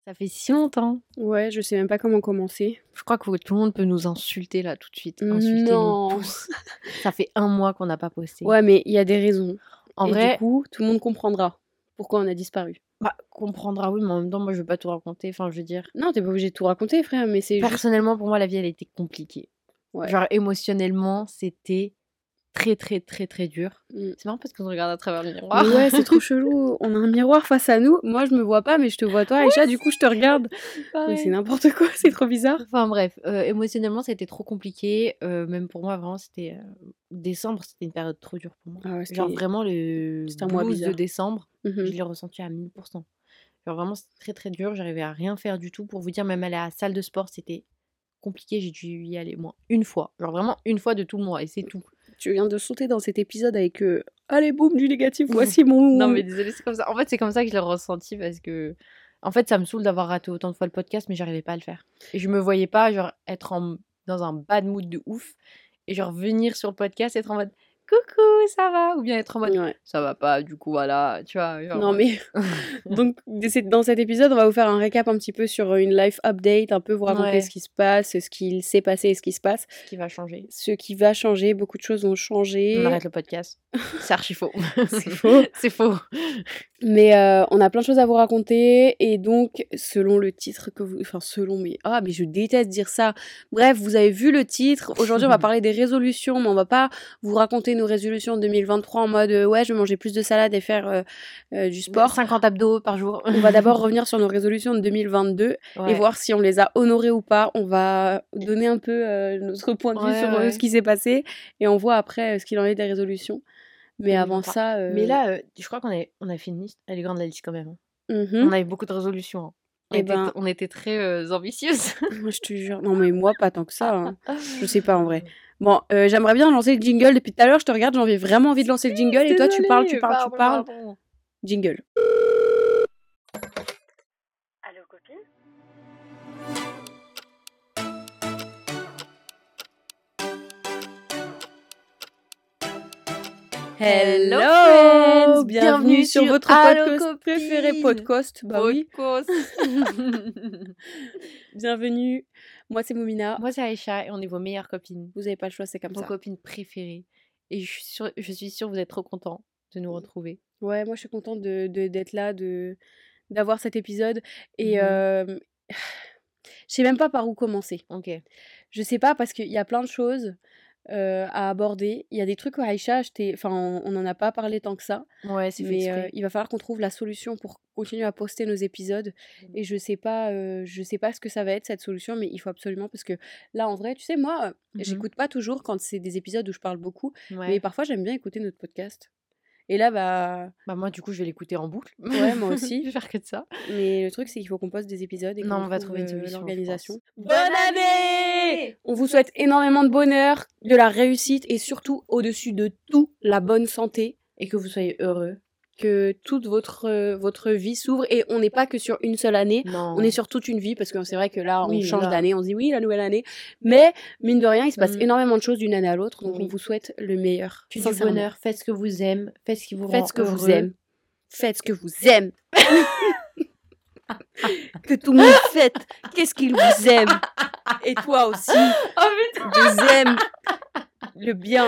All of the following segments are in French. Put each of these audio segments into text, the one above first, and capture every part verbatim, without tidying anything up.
Ça fait si longtemps. Ouais, je sais même pas comment commencer. Je crois que tout le monde peut nous insulter là tout de suite. Insultez-nous Non. tous. Ça fait un mois qu'on n'a pas posté. Ouais, mais il y a des raisons. En Et vrai, du coup, tout le monde comprendra pourquoi on a disparu. bah, comprendra, oui, mais en même temps, moi, je vais pas tout raconter. Enfin, je veux dire, Non, t'es pas obligé de tout raconter, frère, mais c'est juste... personnellement, pour moi, la vie, elle était compliquée. Ouais. Genre, émotionnellement, c'était très, très, très, très dur. Mm. C'est marrant parce qu'on se regarde à travers le miroir. Mais ouais, c'est trop chelou. On a un miroir face à nous. Moi, je me vois pas, mais je te vois toi, Aïcha. Du coup, je te regarde. Mais c'est n'importe quoi. C'est trop bizarre. Enfin bref, euh, émotionnellement, c'était trop compliqué. Euh, même pour moi, vraiment, c'était euh, décembre, c'était une période trop dure pour moi. Ah ouais, c'était- Genre vraiment le C'était un mois blues de bizarre. décembre, Mhm. je l'ai ressenti à mille pour cent. Genre vraiment, c'était très très dur. J'arrivais à rien faire du tout. Pour vous dire, même aller à la salle de sport, c'était compliqué. J'ai dû y aller moi une fois. Genre vraiment une fois de tout le mois et c'est tout. Tu viens de sauter dans cet épisode avec euh, allez boum du négatif. Voici mon. Non mais désolé, c'est comme ça. En fait, c'est comme ça que je l'ai ressenti parce que en fait, ça me saoule d'avoir raté autant de fois le podcast, mais j'arrivais pas à le faire. Et je me voyais pas genre être en... dans un bad mood de ouf et genre venir sur le podcast être en mode coucou, ça va, ou bien être en mode Ouais. ça va pas, du coup voilà, tu vois. Genre, Non mais donc c'est- dans cet épisode, on va vous faire un récap un petit peu sur une life update, un peu vous raconter Ouais. ce qui se passe, ce qu'il s'est passé et ce qui se passe, ce qui va changer. ce qui va changer. Beaucoup de choses ont changé. On arrête le podcast. C'est archi faux. C'est faux. C'est faux. Mais euh, on a plein de choses à vous raconter et donc selon le titre que vous, enfin selon mais ah mais je déteste dire ça. Bref, vous avez vu le titre. Aujourd'hui, on va parler des résolutions, mais on va pas vous raconter nos résolutions de deux mille vingt-trois en mode euh, ouais, je vais manger plus de salade et faire euh, euh, du sport. cinquante abdos par jour. On va d'abord revenir sur nos résolutions de deux mille vingt-deux Ouais. et voir si on les a honorées ou pas. On va donner un peu euh, notre point de vue Ouais, sur euh, ouais. ce qui s'est passé et on voit après euh, ce qu'il en est des résolutions. Mais Oui, avant enfin, ça... euh, Mais là, euh, je crois qu'on a, on a fait une liste. Elle est grande la liste quand même. hein. mhm. On avait beaucoup de résolutions. hein. On, Eh était, ben- on était très euh, ambitieuses. Moi, je te jure. Non, mais moi, pas tant que ça. hein. Je sais pas en vrai. Bon, euh, j'aimerais bien lancer le jingle. Depuis tout à l'heure, je te regarde, j'ai envie- vraiment envie de lancer le jingle. Et toi, tu Désolée, parles, tu parles, tu pardon, parles. pardon. Jingle. Allô, copine? Hello, friends. Bienvenue, Bienvenue sur sur votre Allo podcast Copine. préféré, podcast. Bah oui, Podcast. bienvenue. Moi, c'est Moumina. Moi, c'est Aïcha et on est vos meilleures copines. Vous avez pas le choix, c'est comme Vos ça. copines préférées. Et je suis sûre, je suis sûre que vous êtes trop contents de nous retrouver. Ouais, moi, je suis contente de, de- d'être là, de d'avoir cet épisode. Et Mhm. euh, je sais même pas par où commencer. Ok. Je sais pas parce qu'il y a plein de choses euh, à aborder. Il y a des trucs où Aïcha, je t'ai- enfin, on on en a pas parlé tant que ça. Ouais, c'est fait Mais euh, exprès. il va falloir qu'on trouve la solution pour continuer à poster nos épisodes. Mhm. Et je sais pas, euh, je sais pas ce que ça va être cette solution, mais il faut absolument parce que là, en vrai, tu sais, moi, euh, Mhm. j'écoute pas toujours quand c'est des épisodes où je parle beaucoup, Ouais. mais parfois j'aime bien écouter notre podcast. Et là, bah, Bah moi, du coup, je vais l'écouter en boucle. ouais, moi aussi. Je vais faire que de ça. Mais le truc, c'est qu'il faut qu'on poste des épisodes et Non, qu'on on va trouve, trouver une euh, solution, je l'organisation. pense. Bonne année! On vous souhaite énormément de bonheur, de la réussite et surtout, au-dessus de tout, la bonne santé. Et que vous soyez heureux. Que toute votre, euh, votre vie s'ouvre. Et on n'est pas que sur une seule année. Non. On est sur toute une vie parce que c'est vrai que là, on Oui, change là. d'année, on se dit oui, la nouvelle année. Mais mine de rien, il se passe Mm. énormément de choses d'une année à l'autre. Donc Oui. on vous souhaite le meilleur. Que du Sincèrement. bonheur, faites ce que vous aimez, faites ce qui vous rend Faites ce que vous heureux. aimez. Faites ce que vous aimez. Que tout le monde faites. Qu'est-ce qu'il vous aime. Et toi aussi. Oh putain. Vous aime le bien.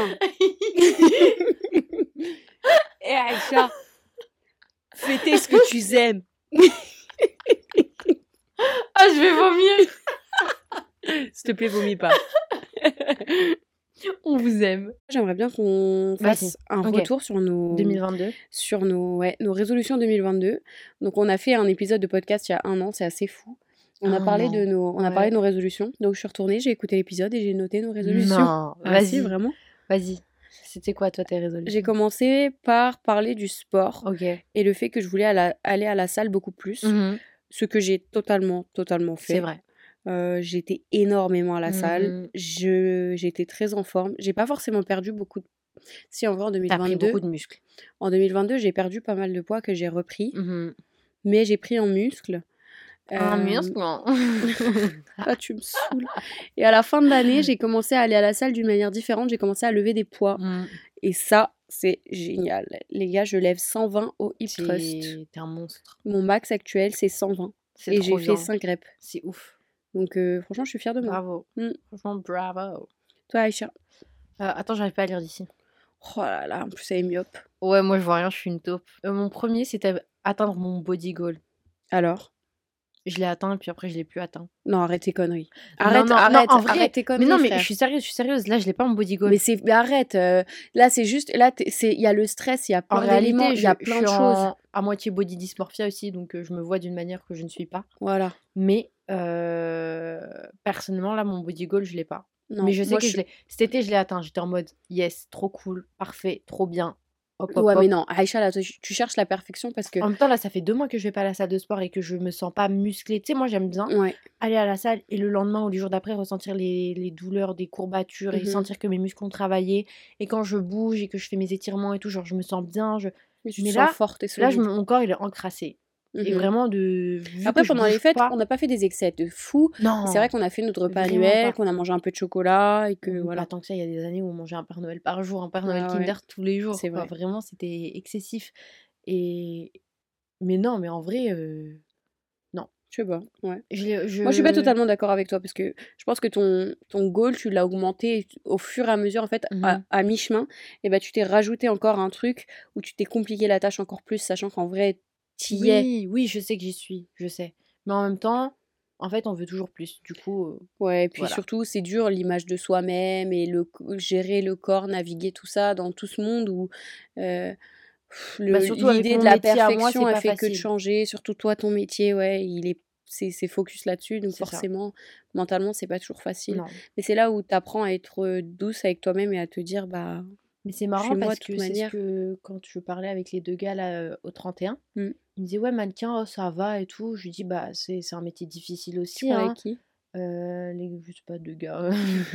Et Aïcha, fêtez ce que tu aimes. Ah, je vais vomir. S'il te plaît, vomis pas. On vous aime. J'aimerais bien qu'on fasse Vas-y. un Ok. retour sur nos, deux mille vingt-deux. sur nos, ouais, nos résolutions deux mille vingt-deux. Donc, on a fait un épisode de podcast il y a un an, c'est assez fou. On a Un parlé an. de nos, on a Ouais. parlé de nos résolutions. Donc, je suis retournée, j'ai écouté l'épisode et j'ai noté nos résolutions. Non, Ah, si, vas-y, vraiment. vas-y. C'était quoi toi tes résolutions? J'ai commencé par parler du sport Ok. et le fait que je voulais à la- aller à la salle beaucoup plus. Mhm. Ce que j'ai totalement, totalement fait. C'est vrai. Euh, j'étais énormément à la Mhm. salle. Je, j'étais très en forme. J'ai pas forcément perdu beaucoup de... Si, en vrai, en T'as pris 2022, beaucoup de muscles. en deux mille vingt-deux, j'ai perdu pas mal de poids que j'ai repris. Mhm. Mais j'ai pris en muscle. Un Euh, muscle non. Ah, tu me saoules. Et à la fin de l'année, j'ai commencé à aller à la salle d'une manière différente. J'ai commencé à lever des poids. Mhm. Et ça, c'est génial. Les gars, je lève cent vingt au hip T'es thrust. t'es un monstre. Mon max actuel, c'est cent vingt. C'est Et trop j'ai fait bien. cinq reps. C'est ouf. Donc euh, franchement, je suis fière de moi. Bravo. Mm. Franchement, bravo. Toi, Aïcha? Euh, attends, j'arrive pas à lire d'ici. Oh là là, en plus, elle est myope. Ouais, moi, je vois rien, je suis une taupe. Euh, mon premier, c'était atteindre mon body goal. Alors? Je l'ai atteint, puis après, je l'ai plus atteint. Non, arrête tes conneries. Non, Arrête, non, non, arrête, en vrai. arrête tes Mais conneries, non, mais frère. je suis sérieuse, je suis sérieuse. Là, je l'ai pas mon body goal. Mais c'est, mais arrête. euh, là, c'est juste, là, t'es- c'est, il y a le stress, il y a En plein d'éléments, réalité, il y a je, je plein suis de choses. en- à moitié body dysmorphia aussi, donc euh, je me vois d'une manière que je ne suis pas. Voilà. Mais euh, personnellement, là, mon body goal, je l'ai pas. Non, Mais je sais moi, que je je l'ai. Cet été, je l'ai atteint. J'étais en mode yes, trop cool, parfait, trop bien. Hop, hop, Ouais, mais hop. non, Aïcha, là, tu, tu cherches la perfection parce que. En même temps, là, ça fait deux mois que je vais pas à la salle de sport et que je me sens pas musclée. Tu sais, moi, j'aime bien Ouais. aller à la salle et le lendemain ou les jours d'après ressentir les, les douleurs des courbatures et Mhm. sentir que mes muscles ont travaillé. Et quand je bouge et que je fais mes étirements et tout, genre, je me sens bien. Je... Mais tu te Mais sens là, forte et là je, solide. me- mon corps, il est encrassé. Et Mhm. vraiment, de vu Après, que je pendant les bouge fêtes, pas. on n'a pas fait des excès de fou. Non, C'est vrai qu'on a fait notre repas vraiment annuel, pas. qu'on a mangé un peu de chocolat et que Oui, voilà. pas tant que ça, il y a des années où on mangeait un Père Noël par jour, un Père Noël Ah Kinder ouais, tous les jours. c'est Quoi. vrai. Vraiment, c'était excessif. Et... Mais non, mais en vrai, euh, non. Je sais pas, ouais. Je, l'ai- Moi, je suis pas je... totalement d'accord avec toi parce que je pense que ton, ton goal, tu l'as augmenté au fur et à mesure, en fait, à, Mhm. à mi-chemin. Et bah, tu t'es rajouté encore un truc où tu t'es compliqué la tâche encore plus, sachant qu'en vrai, t'y es. Oui, oui, je sais que j'y suis, je sais. Mais en même temps, en fait, on veut toujours plus. Du coup, euh, Ouais, et puis voilà. surtout, c'est dur l'image de soi-même et le, gérer le corps, naviguer tout ça dans tout ce monde où euh, pff, le- Bah, surtout avec l'idée mon de la métier à moi, perfection, c'est elle pas fait que de facile. changer. Surtout toi, ton métier, ouais, il est, c'est, c'est focus là-dessus. Donc C'est ça. forcément, mentalement, c'est pas toujours facile. Non. Mais c'est là où tu apprends à être euh, douce avec toi-même et à te dire, bah, Mais c'est je marrant suis moi parce de toute que c'est ce manière. que quand je parlais avec les deux gars là euh, au trente et un, Mm. ils me disaient ouais mannequin oh, ça va et tout. Je lui dis bah c'est c'est un métier difficile Tu aussi parles avec hein. qui? Euh, les, je sais pas deux gars.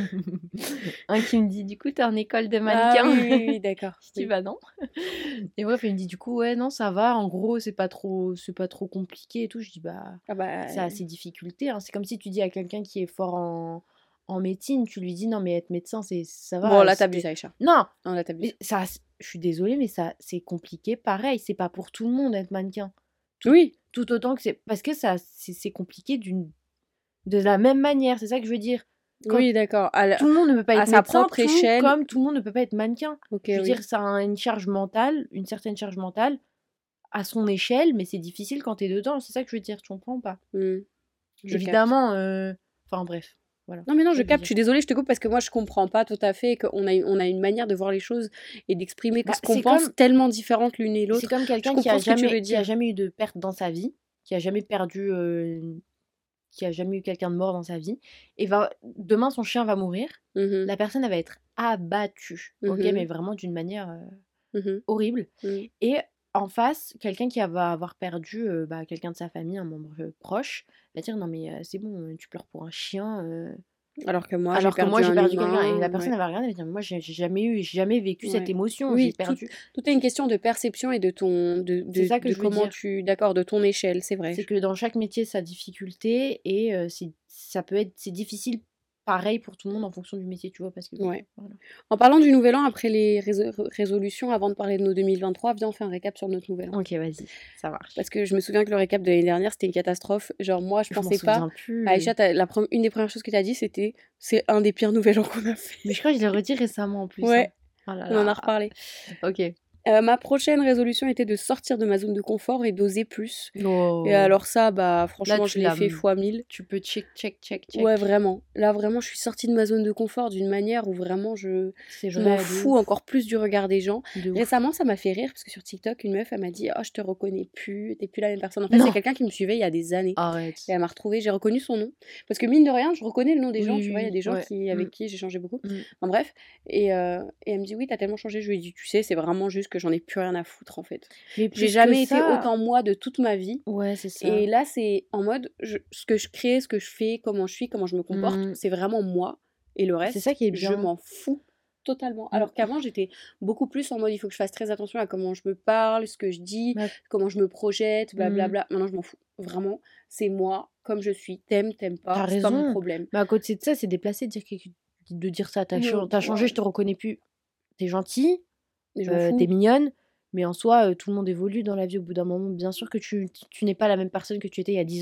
Un qui me dit du coup t'es en école de Ah mannequin. oui, oui, oui, d'accord. Je dis Oui. bah non. Et bref il me dit du coup ouais non ça va. En gros c'est pas trop c'est pas trop compliqué et tout. Je dis bah Ah bah, ça a ses difficultés. Hein. C'est comme si tu dis à quelqu'un qui est fort en en médecine, tu lui dis non mais être médecin c'est ça bon, va. là, c'est- t'abuses, Aïcha. Non. Non, là, t'abuses. Mais ça, je suis désolée, mais ça, c'est compliqué. Pareil, c'est pas pour tout le monde être mannequin. Tout, Oui, tout autant que c'est parce que ça, c'est c'est compliqué d'une de la même manière. C'est ça que je veux dire. Quand oui, d'accord. À, la- tout le monde ne peut pas à être sa médecin, propre tout échelle. comme tout le monde ne peut pas être mannequin. Ok, Je veux oui. dire, ça a une charge mentale, une certaine charge mentale à son échelle, mais c'est difficile quand t'es dedans. C'est ça que je veux dire. Tu comprends ou pas? Hmm, je capte. Évidemment. euh, Enfin bref, voilà. Non, mais non, C'est je ça que capte. veux Je suis dire. désolée, je te coupe parce que moi, je comprends pas tout à fait et qu'on a, on a une manière de voir les choses et d'exprimer Bah, ce qu'on c'est pense comme tellement différentes l'une et c'est l'autre. comme Je quelqu'un qui a comprends ce que tu jamais veux qui a dire. jamais eu de perte dans sa vie, qui a jamais perdu euh, qui a jamais eu quelqu'un de mort dans sa vie, et va demain son chien va mourir, Mhm, la personne elle va être abattue, ok, mhm, mais vraiment d'une manière euh, mhm, horrible. mhm. Et en face, quelqu'un qui va avoir perdu euh, bah, quelqu'un de sa famille, un membre euh, proche, va dire non mais euh, c'est bon, euh, tu pleures pour un chien. euh. Alors que moi, j'ai Alors que moi perdu j'ai un perdu quelqu'un, et la humain. personne Ouais, elle va regarder, elle va dire moi j'ai j'ai jamais eu, j'ai jamais vécu cette ouais. émotion, j'ai Oui, tout, perdu. tout est une question de perception et de ton, de, C'est de, ça que de je veux comment dire. tu, d'accord, de ton échelle, c'est vrai. C'est que dans chaque métier, sa difficulté, et euh, c'est, ça peut être, c'est difficile pareil pour tout le monde en fonction du métier, tu vois, parce que Ouais. voilà. En parlant du nouvel an, après les résol- résolutions, avant de parler de nos deux mille vingt-trois, viens, on fait un récap sur notre nouvel an. Ok, vas-y, ça marche. Parce que je me souviens que le récap de l'année dernière, c'était une catastrophe. Genre, moi, je Je m'en pensais pas. souviens plus. Aïcha, t'as- la pre- une des premières choses que tu as dit, c'était c'est un des pires nouvel an qu'on a fait. Mais je crois que je l'ai redit récemment en plus. Ouais, Hein. Oh là on en a là. reparlé. Ok. Euh, ma prochaine résolution était de sortir de ma zone de confort et d'oser plus. Oh. Et alors, ça, bah, Là, franchement, tu je l'ai l'as. fait fois mille. Tu peux check, check, check, check. Ouais, vraiment. Là, vraiment, je suis sortie de ma zone de confort d'une manière où vraiment je, C'est je vrai. m'en de fous ouf. encore plus du regard des gens. De ouf. Récemment, ça m'a fait rire parce que sur TikTok, une meuf, elle m'a dit « Oh, je te reconnais plus, t'es plus la même personne. » En fait, Non. c'est quelqu'un qui me suivait il y a des années. Arrête. Et elle m'a retrouvée, j'ai reconnu son nom. Parce que mine de rien, je reconnais le nom des Oui, gens, oui, tu vois, il y a oui, des gens ouais. qui, avec Mm. qui j'ai changé beaucoup. Mm. Enfin bref. Et, euh, et elle me dit « Oui, t'as tellement changé. » Je lui ai dit « Tu sais, c'est vraiment juste que j'en ai plus rien à foutre, en fait. Mais plus J'ai que jamais été ça- autant moi de toute ma vie. Ouais, c'est ça. Et là, c'est en mode, je- ce que je crée, ce que je fais, comment je suis, comment je me comporte, Mm. c'est vraiment moi. Et le reste, C'est ça qui est je bien. m'en fous totalement. Mm. Alors qu'avant, j'étais beaucoup plus en mode, il faut que je fasse très attention à comment je me parle, ce que je dis, Ouais. comment je me projette, Mm. blablabla. Maintenant, je m'en fous. Vraiment, c'est moi, comme je suis. T'aimes, t'aimes pas, T'as c'est pas mon raison. problème. Mais à côté de ça, c'est déplacé de dire, que- de dire ça. T'as Non, cha- t'as changé, ouais. je te reconnais plus. T'es gentille, Mais je m'en euh, fous. t'es mignonne, mais en soi, euh, tout le monde évolue dans la vie au bout d'un moment. Bien sûr que tu, tu n'es pas la même personne que tu étais il y a dix ans.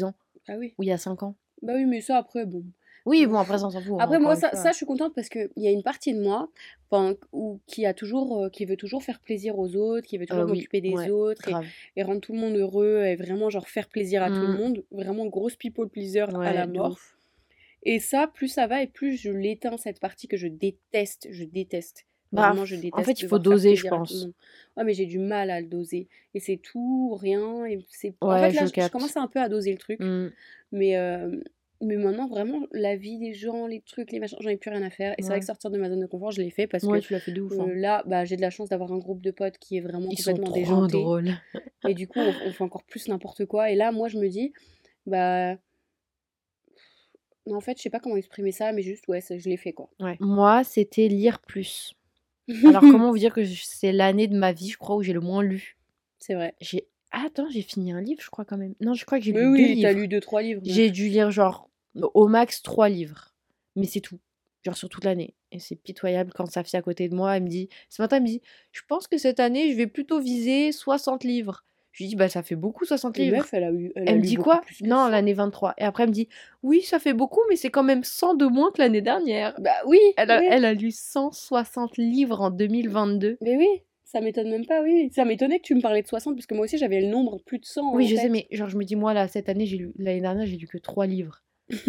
Ah oui. Ou il y a cinq ans. Bah oui, mais ça, après, bon. Oui, bon, après, ça, on s'en fout. hein, Après, encore moi, une ça, fois. ça, je suis contente parce qu'il y a une partie de moi enfin, où, qui, a toujours, euh, qui veut toujours faire plaisir aux autres, qui veut toujours Euh, oui, m'occuper des ouais, autres et, grave. et rendre tout le monde heureux et vraiment, genre, faire plaisir à tout le Mm, monde. Vraiment, grosse people pleaser à la ouais, de mort. ouf. Et ça, plus ça va et plus je l'éteins, cette partie que je déteste. Je déteste. Bah, Vraiment, je f- en déteste fait, il faut devoir faire doser, je plaisir à tout le pense. monde. Ouais, mais j'ai du mal à le doser. Et c'est tout, rien. Et c'est... En Ouais, fait, là, je je, je capte. commence un peu à doser le truc. Mm, Mais, euh, mais maintenant, vraiment, la vie des gens, les trucs, les machins, j'en ai plus rien à faire. Et c'est vrai ouais. que sortir de ma zone de confort, je l'ai fait parce Ouais, que tu l'as fait de ouf. euh, hein. là, bah, j'ai de la chance d'avoir un groupe de potes qui est vraiment Ils sont complètement trop déjanté. drôles. Et du coup, on, on fait encore plus n'importe quoi. Et là, moi, je me dis, bah, non, en fait, je sais pas comment exprimer ça, mais juste, ouais, ça, je l'ai fait, quoi. Ouais. Moi, c'était lire plus. Alors, comment vous dire que je- c'est l'année de ma vie, je crois, où j'ai le moins lu. C'est vrai. J'ai... Ah, attends, j'ai fini un livre, je crois, quand même. Non, je crois que j'ai Mais lu deux oui, t'as livres. lu deux, trois livres, meuf. J'ai dû lire, genre, au max trois livres. Mais c'est tout. Genre, sur toute l'année. Et c'est pitoyable quand sa fille à côté de moi, elle me dit... Ce matin, elle me dit, je pense que cette année, je vais plutôt viser soixante livres. Je lui dis, bah, ça fait beaucoup, soixante Mais livres. meuf, elle a, eu, elle a Elle me lu dit beaucoup quoi? plus que Non, ça. l'année vingt-trois. Et après, elle me dit, oui, ça fait beaucoup, mais c'est quand même cent de moins que l'année dernière. Bah oui, Elle a, oui. elle a lu cent soixante livres en deux mille vingt-deux. Mais oui, ça m'étonne même pas, oui. Ça m'étonnait que tu me parlais de soixante, parce que moi aussi j'avais le nombre plus de cent Oui, en je sais, tête. mais genre, je me dis, moi, là, cette année, j'ai lu, l'année dernière, j'ai lu que trois livres.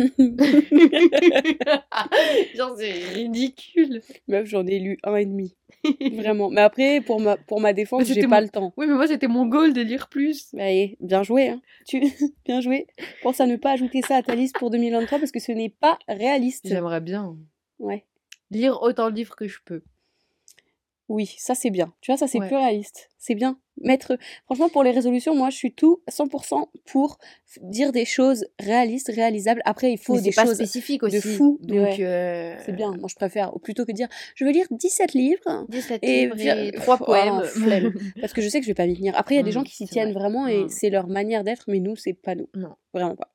Genre, c'est ridicule. Meuf, j'en ai lu un et demi. Vraiment. Mais après, pour ma, pour ma Mais défense, j'ai c'était pas mon- le temps. Oui, mais moi, c'était mon goal de lire plus. Allez, bien joué, hein. Tu... bien joué. Pense à ne pas ajouter ça à ta liste pour deux mille vingt-trois parce que ce n'est pas réaliste. J'aimerais bien Ouais. lire autant de livres que je peux. Oui, ça c'est bien. Tu vois, ça c'est Ouais. plus réaliste. C'est bien. Mettre... Franchement, pour les résolutions, moi je suis tout cent pour cent pour f- dire des choses réalistes, réalisables. Après, il faut Mais des c'est pas choses spécifique de aussi. fou. mais Donc, ouais, euh, c'est bien. Moi je préfère, plutôt que dire je veux lire dix-sept livres dix-sept et, livres vi- et trois Pff, oh, poèmes. flemme. Parce que je sais que je vais pas m'y tenir. Après, il y a des gens Mm, qui s'y c'est tiennent vrai. vraiment et Mm. c'est leur manière d'être, mais nous, c'est pas nous. Non. Vraiment pas.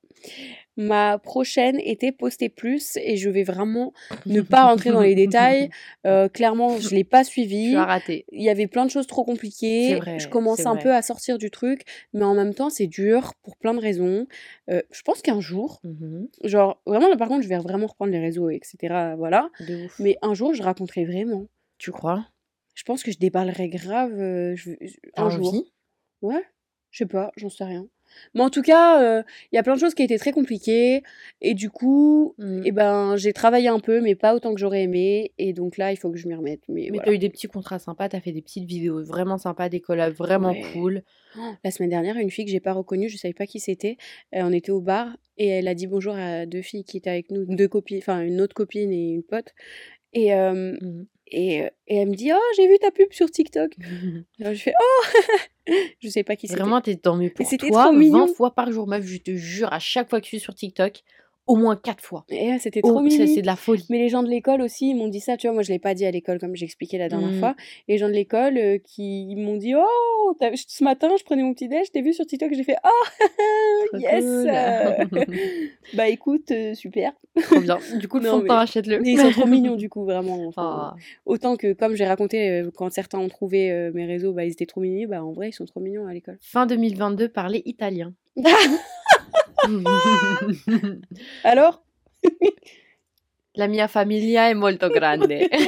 Ma prochaine était poster plus et je vais vraiment ne pas rentrer dans les détails. Euh, clairement, je l'ai pas Tu suivi. as raté. Il y avait plein de choses trop C'est compliquées. vrai, Je commence c'est un vrai. peu à sortir du truc, mais en même temps, c'est dur pour plein de raisons. Euh, je pense qu'un jour, Mhm. genre, vraiment là par contre, je vais vraiment reprendre les réseaux, et cetera. Voilà. De ouf. Mais un jour, je raconterai vraiment. Tu crois? Je pense que je déballerai grave euh, je- je- T'as un jour. envie? Ouais, je sais pas, j'en sais rien. Mais en tout cas, euh, il y a plein de choses qui étaient très compliquées. Et du coup, Mm. eh ben, j'ai travaillé un peu, mais pas autant que j'aurais aimé. Et donc là, il faut que je m'y remette. Mais Mais voilà. t'as eu des petits contrats sympas, t'as fait des petites vidéos vraiment sympas, des collabs vraiment Ouais. cool. Oh, la semaine dernière, une fille que j'ai pas reconnue, je savais pas qui c'était. Euh, on était au bar et elle a dit bonjour à deux filles qui étaient avec nous, deux copines, enfin une autre copine et une pote. Et, euh, Mhm. et, euh, et elle me dit oh, j'ai vu ta pub sur TikTok. Alors je fais oh, je sais pas qui c'était. Vraiment, t'es dans mes pour c'était toi trop vingt mignon. fois par jour, meuf. Je te jure, à chaque fois que je suis sur TikTok, au moins quatre fois. Et euh, c'était trop Oh, c'est mignon. c'est de la folie. Mais les gens de l'école aussi, ils m'ont dit ça, tu vois, moi je l'ai pas dit à l'école comme j'expliquais la dernière Mm. fois. Et les gens de l'école euh, qui ils m'ont dit oh, t'as- ce matin je prenais mon petit déj, je t'ai vu sur TikTok, j'ai fait oh Trop yes. cool. Bah écoute, euh, super. Trop bien. Du coup, le Non, fond de teint, mais- achète-le. Mais ils sont trop mignons du coup, vraiment. Enfin, Ah. autant que comme j'ai raconté, euh, quand certains ont trouvé euh, mes réseaux, bah ils étaient trop mignons, bah en vrai ils sont trop mignons à l'école. Fin deux mille vingt-deux, parler italien. Alors La mia famiglia è molto grande.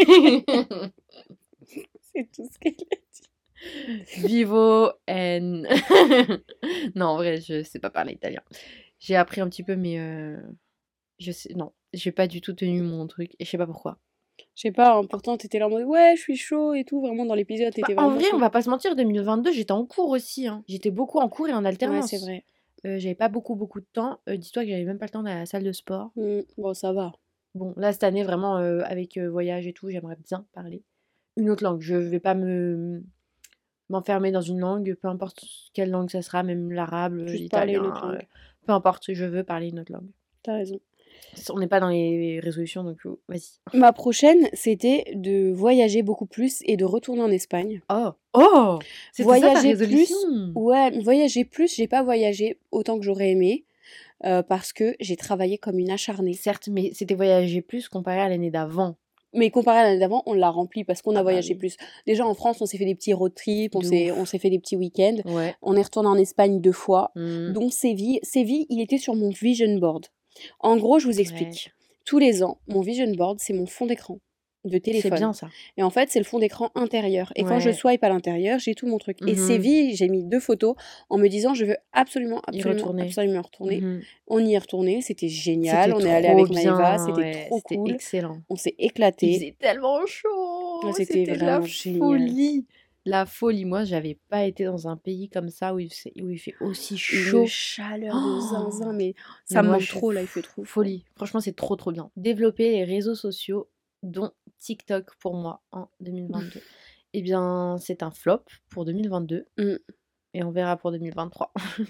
c'est tout ce qu'elle a dit. Vivo en... Non, en vrai, je sais pas parler italien. J'ai appris un petit peu, mais euh, je sais... Non, j'ai pas du tout tenu mon truc. Et je sais pas pourquoi. Je sais pas, hein, pourtant t'étais là en mode ouais, je suis chaud et tout, vraiment dans l'épisode Bah, t'étais en vraiment vrai, chaud. on va pas se mentir, deux mille vingt-deux, j'étais en cours aussi. hein. J'étais beaucoup en cours et en Ouais, alternance. c'est vrai. Euh, j'avais pas beaucoup, beaucoup de temps. Euh, dis-toi que j'avais même pas le temps d'aller à la salle de sport. Mm, bon, ça va. Bon, là, cette année, vraiment, euh, avec euh, voyage et tout, j'aimerais bien parler une autre langue. Je vais pas me m'enfermer dans une langue, peu importe quelle langue ça sera, même l'arabe, Juste parler une l'italien, autre langue. euh, peu importe, je veux parler une autre langue. T'as raison. On n'est pas dans les résolutions, donc euh, vas-y. Ma prochaine, c'était de voyager beaucoup plus et de retourner en Espagne. Oh Oh C'était ça ta Voyager résolution plus, ouais, voyager plus, j'ai pas voyagé autant que j'aurais aimé euh, parce que j'ai travaillé comme une acharnée. Certes, mais c'était voyager plus comparé à l'année d'avant. Mais comparé à l'année d'avant, on l'a rempli parce qu'on a Ah bah voyagé oui. plus. Déjà, en France, on s'est fait des petits road trips, on De s'est, ouf. on s'est fait des petits week-ends. Ouais. On est retourné en Espagne deux fois, Mmh. dont Séville. Séville, il était sur mon vision board. En gros, je vous Ouais. explique. Tous les ans, mon vision board, c'est mon fond d'écran de C'est téléphone. bien ça. Et en fait, c'est le fond d'écran intérieur. Et quand je Ouais. swipe à l'intérieur, j'ai tout mon truc. Et Mhm. Séville, j'ai mis deux photos en me disant, je veux absolument, Y absolument, retourner. absolument retourner. Mhm. On y est retourné, c'était génial. C'était On est allé trop avec Maëva, bien. c'était Ouais. trop C'était cool. excellent. On s'est Il éclaté. faisait tellement chaud. Ouais, c'était C'était de la vraiment génial. folie. La folie. Moi, j'avais pas été dans un pays comme ça où il, fait- où il fait aussi Une chaud. chaleur de zinzin, Oh. mais Mais ça me moi, manque je suis trop là, il fait trop froid. folie. Franchement, c'est trop trop bien. Développer les réseaux sociaux, dont TikTok pour moi en deux mille vingt-deux. Eh bien, c'est un flop pour deux mille vingt-deux. Mm. Et on verra pour deux mille vingt-trois.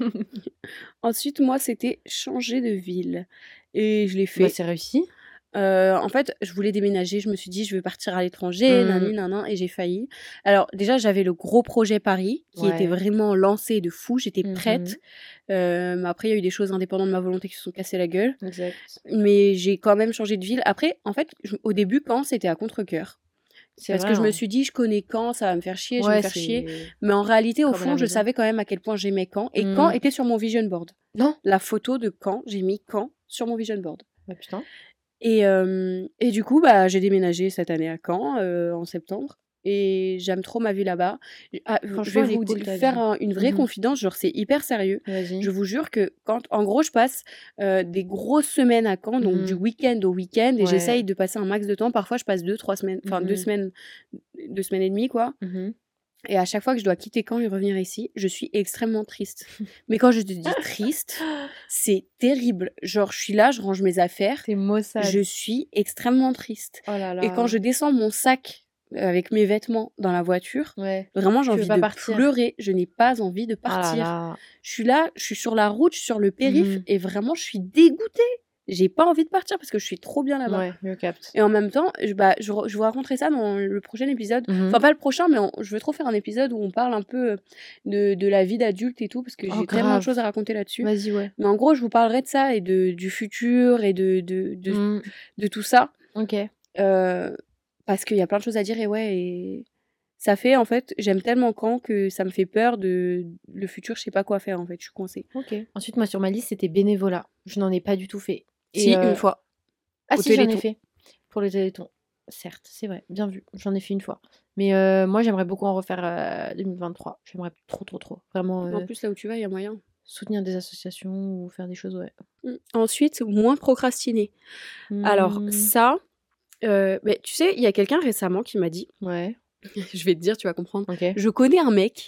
Ensuite, moi, c'était changer de ville. Et je l'ai Bah, fait. c'est réussi. Euh, en fait, je voulais déménager, je me suis dit, je veux partir à l'étranger, Mm. nani, nanan, et j'ai failli. Alors, déjà, j'avais le gros projet Paris, qui était Ouais. vraiment lancé de fou, j'étais Mhm. prête. Euh, mais après, il y a eu des choses indépendantes de ma volonté qui se sont cassées la gueule. Exact. Mais j'ai quand même changé de ville. Après, en fait, je- au début, Caen, c'était à contre-cœur. C'est Parce vrai. que je me hein. suis dit, je connais Caen, ça va me faire chier, je vais me Ouais, faire chier. c'est Mais en réalité, au comme à la fond, je maison. savais quand même à quel point j'aimais Caen. Et Caen Mm. était sur mon vision board. Non. La photo de Caen, j'ai mis Caen sur mon vision board. Bah putain. Et, euh, et du coup, bah, j'ai déménagé cette année à Caen, euh, en septembre. Et j'aime trop ma vie là-bas. Ah, je Franchement, vais elle est vous cool, di- ta faire vie. un- une vraie Mhm. confidence, genre c'est hyper sérieux. Vas-y. Je vous jure que quand, en gros, je passe euh, des grosses semaines à Caen, donc du Mhm. week-end au week-end, et Ouais. j'essaye de passer un max de temps. Parfois, je passe deux, trois semaines, enfin deux Mhm. semaines, deux semaines et demie, quoi. Mhm. Et à chaque fois que je dois quitter Caen et revenir ici, je suis extrêmement triste. Mais quand je te dis triste, c'est terrible. Genre, je suis là, je range mes affaires, T'es maussade. je suis extrêmement triste. Oh là Et quand là. je descends mon sac euh, avec mes vêtements dans la voiture, Ouais. vraiment j'ai Tu veux envie pas de partir. pleurer. Je n'ai pas envie de Ah là partir. là. Je suis là, je suis sur la route, je suis sur le périph' Mhm. et vraiment je suis dégoûtée. J'ai pas envie de partir parce que je suis trop bien là-bas. Ouais, je capte. Et en même temps, je, bah, je, re- je vous raconterai ça dans le prochain épisode. Mhm. Enfin, pas le prochain, mais on- je veux trop faire un épisode où on parle un peu euh, de, de la vie d'adulte et tout, parce que Oh, j'ai tellement de grave. choses à raconter là-dessus. Vas-y, ouais. Mais en gros, je vous parlerai de ça et de, du futur et de, de, de, Mm. de tout ça. Ok. Euh, parce qu'il y a plein de choses à dire et ouais, et ça fait, en fait, j'aime tellement Caen que ça me fait peur de le futur, je sais pas quoi faire, en fait, je suis coincée. Ok. Ensuite, moi, sur ma liste, c'était bénévolat. Je n'en ai pas du tout fait. Et Si, euh, une fois, Ah au si, j'en ai Téléthon. fait. Pour le Téléthon. Certes, c'est vrai. Bien vu. J'en ai fait une fois. Mais euh, moi, j'aimerais beaucoup en refaire euh, deux mille vingt-trois. J'aimerais trop, trop, trop. Vraiment En euh, plus, là où tu vas, il y a moyen. soutenir des associations ou faire des choses, ouais. Mm. Ensuite, moins procrastiner. Alors, Hmm. ça, euh, mais tu sais, il y a quelqu'un récemment qui m'a dit, Ouais. je vais te dire, tu vas comprendre, Ok. je connais un mec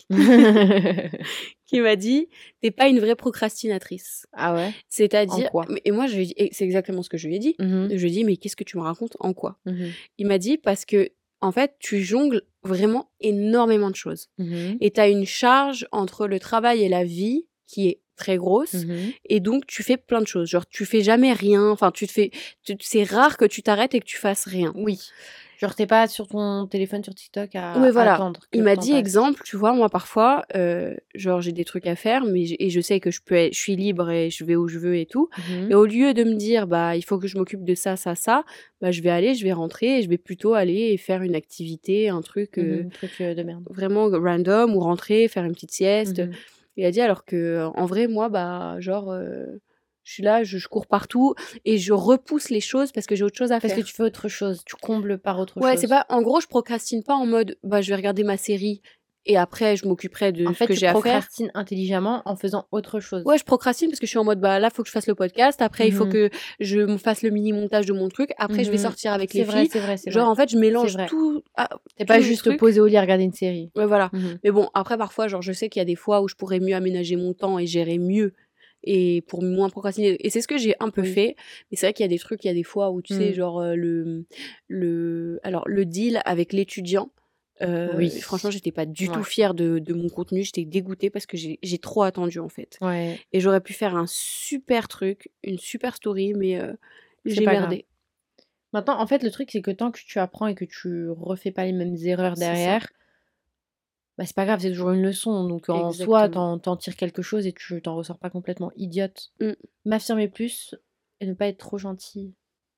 qui m'a dit, t'es pas une vraie procrastinatrice. Ah ouais. En C'est-à-dire, quoi mais- et moi, je lui ai dit- et c'est exactement ce que je lui ai dit. Mhm. Je lui ai dit, mais qu'est-ce que tu me racontes, en quoi? Mhm. Il m'a dit, parce que, en fait, tu jongles vraiment énormément de choses. Mhm. Et t'as une charge entre le travail et la vie qui est très grosse. Mhm. Et donc, tu fais plein de choses. Genre, tu fais jamais rien. Enfin, tu te fais, tu- c'est rare que tu t'arrêtes et que tu fasses rien. Oui. Genre, t'es pas sur ton téléphone, sur TikTok à Ouais, voilà. attendre que Il le m'a temps dit, passe. exemple, tu vois, moi, parfois, euh, genre, j'ai des trucs à faire, mais j- et je sais que je peux être- je suis libre et je vais où je veux et tout. Mhm. Et au lieu de me dire, bah, il faut que je m'occupe de ça, ça, ça, bah, je vais aller, je vais rentrer et je vais plutôt aller et faire une activité, un truc euh, Mhm. Truc euh, de merde. vraiment random ou rentrer, faire une petite sieste. Mhm. Il a dit, alors que, euh, en vrai, moi, bah, genre, euh, je suis là, je, je cours partout et je repousse les choses parce que j'ai autre chose à Parce faire. que tu fais autre chose. Tu combles par autre Ouais, chose. c'est pas, en gros, je procrastine pas en mode, bah, je vais regarder ma série et après, je m'occuperai de En ce fait, que tu j'ai à faire. procrastines intelligemment en faisant autre chose. Ouais, je procrastine parce que je suis en mode, bah, là, faut que je fasse le podcast. Après, il faut Mhm. que je me fasse le mini-montage de mon truc. Après, je vais Mhm. sortir avec C'est les vrai, filles. c'est vrai, c'est Genre, vrai. en fait, je mélange vrai. tout. Ah, T'es pas tous mes juste trucs. posé au lit à regarder une série. ouais, voilà. Mhm. Mais bon, après, parfois, genre, je sais qu'il y a des fois où je pourrais mieux aménager mon temps et gérer mieux et pour moins procrastiner. Et c'est ce que j'ai un peu Oui. fait. Mais c'est vrai qu'il y a des trucs, il y a des fois où, tu sais, Mm. genre, euh, le, le, alors, le deal avec l'étudiant. Euh, Oui. Franchement, j'étais pas du tout Ouais. fière de, de mon contenu. J'étais dégoûtée parce que j'ai j'ai trop attendu, en fait. Ouais. Et j'aurais pu faire un super truc, une super story, mais euh, C'est j'ai pas grave. merdé. Maintenant, en fait, le truc, c'est que tant que tu apprends et que tu refais pas les mêmes erreurs C'est ça. derrière, bah, c'est pas grave, c'est toujours une leçon. Donc, en soi, Exactement. t'en, t'en tires quelque chose et tu t'en ressors pas complètement idiote. Mm. M'affirmer plus et ne pas être trop gentil.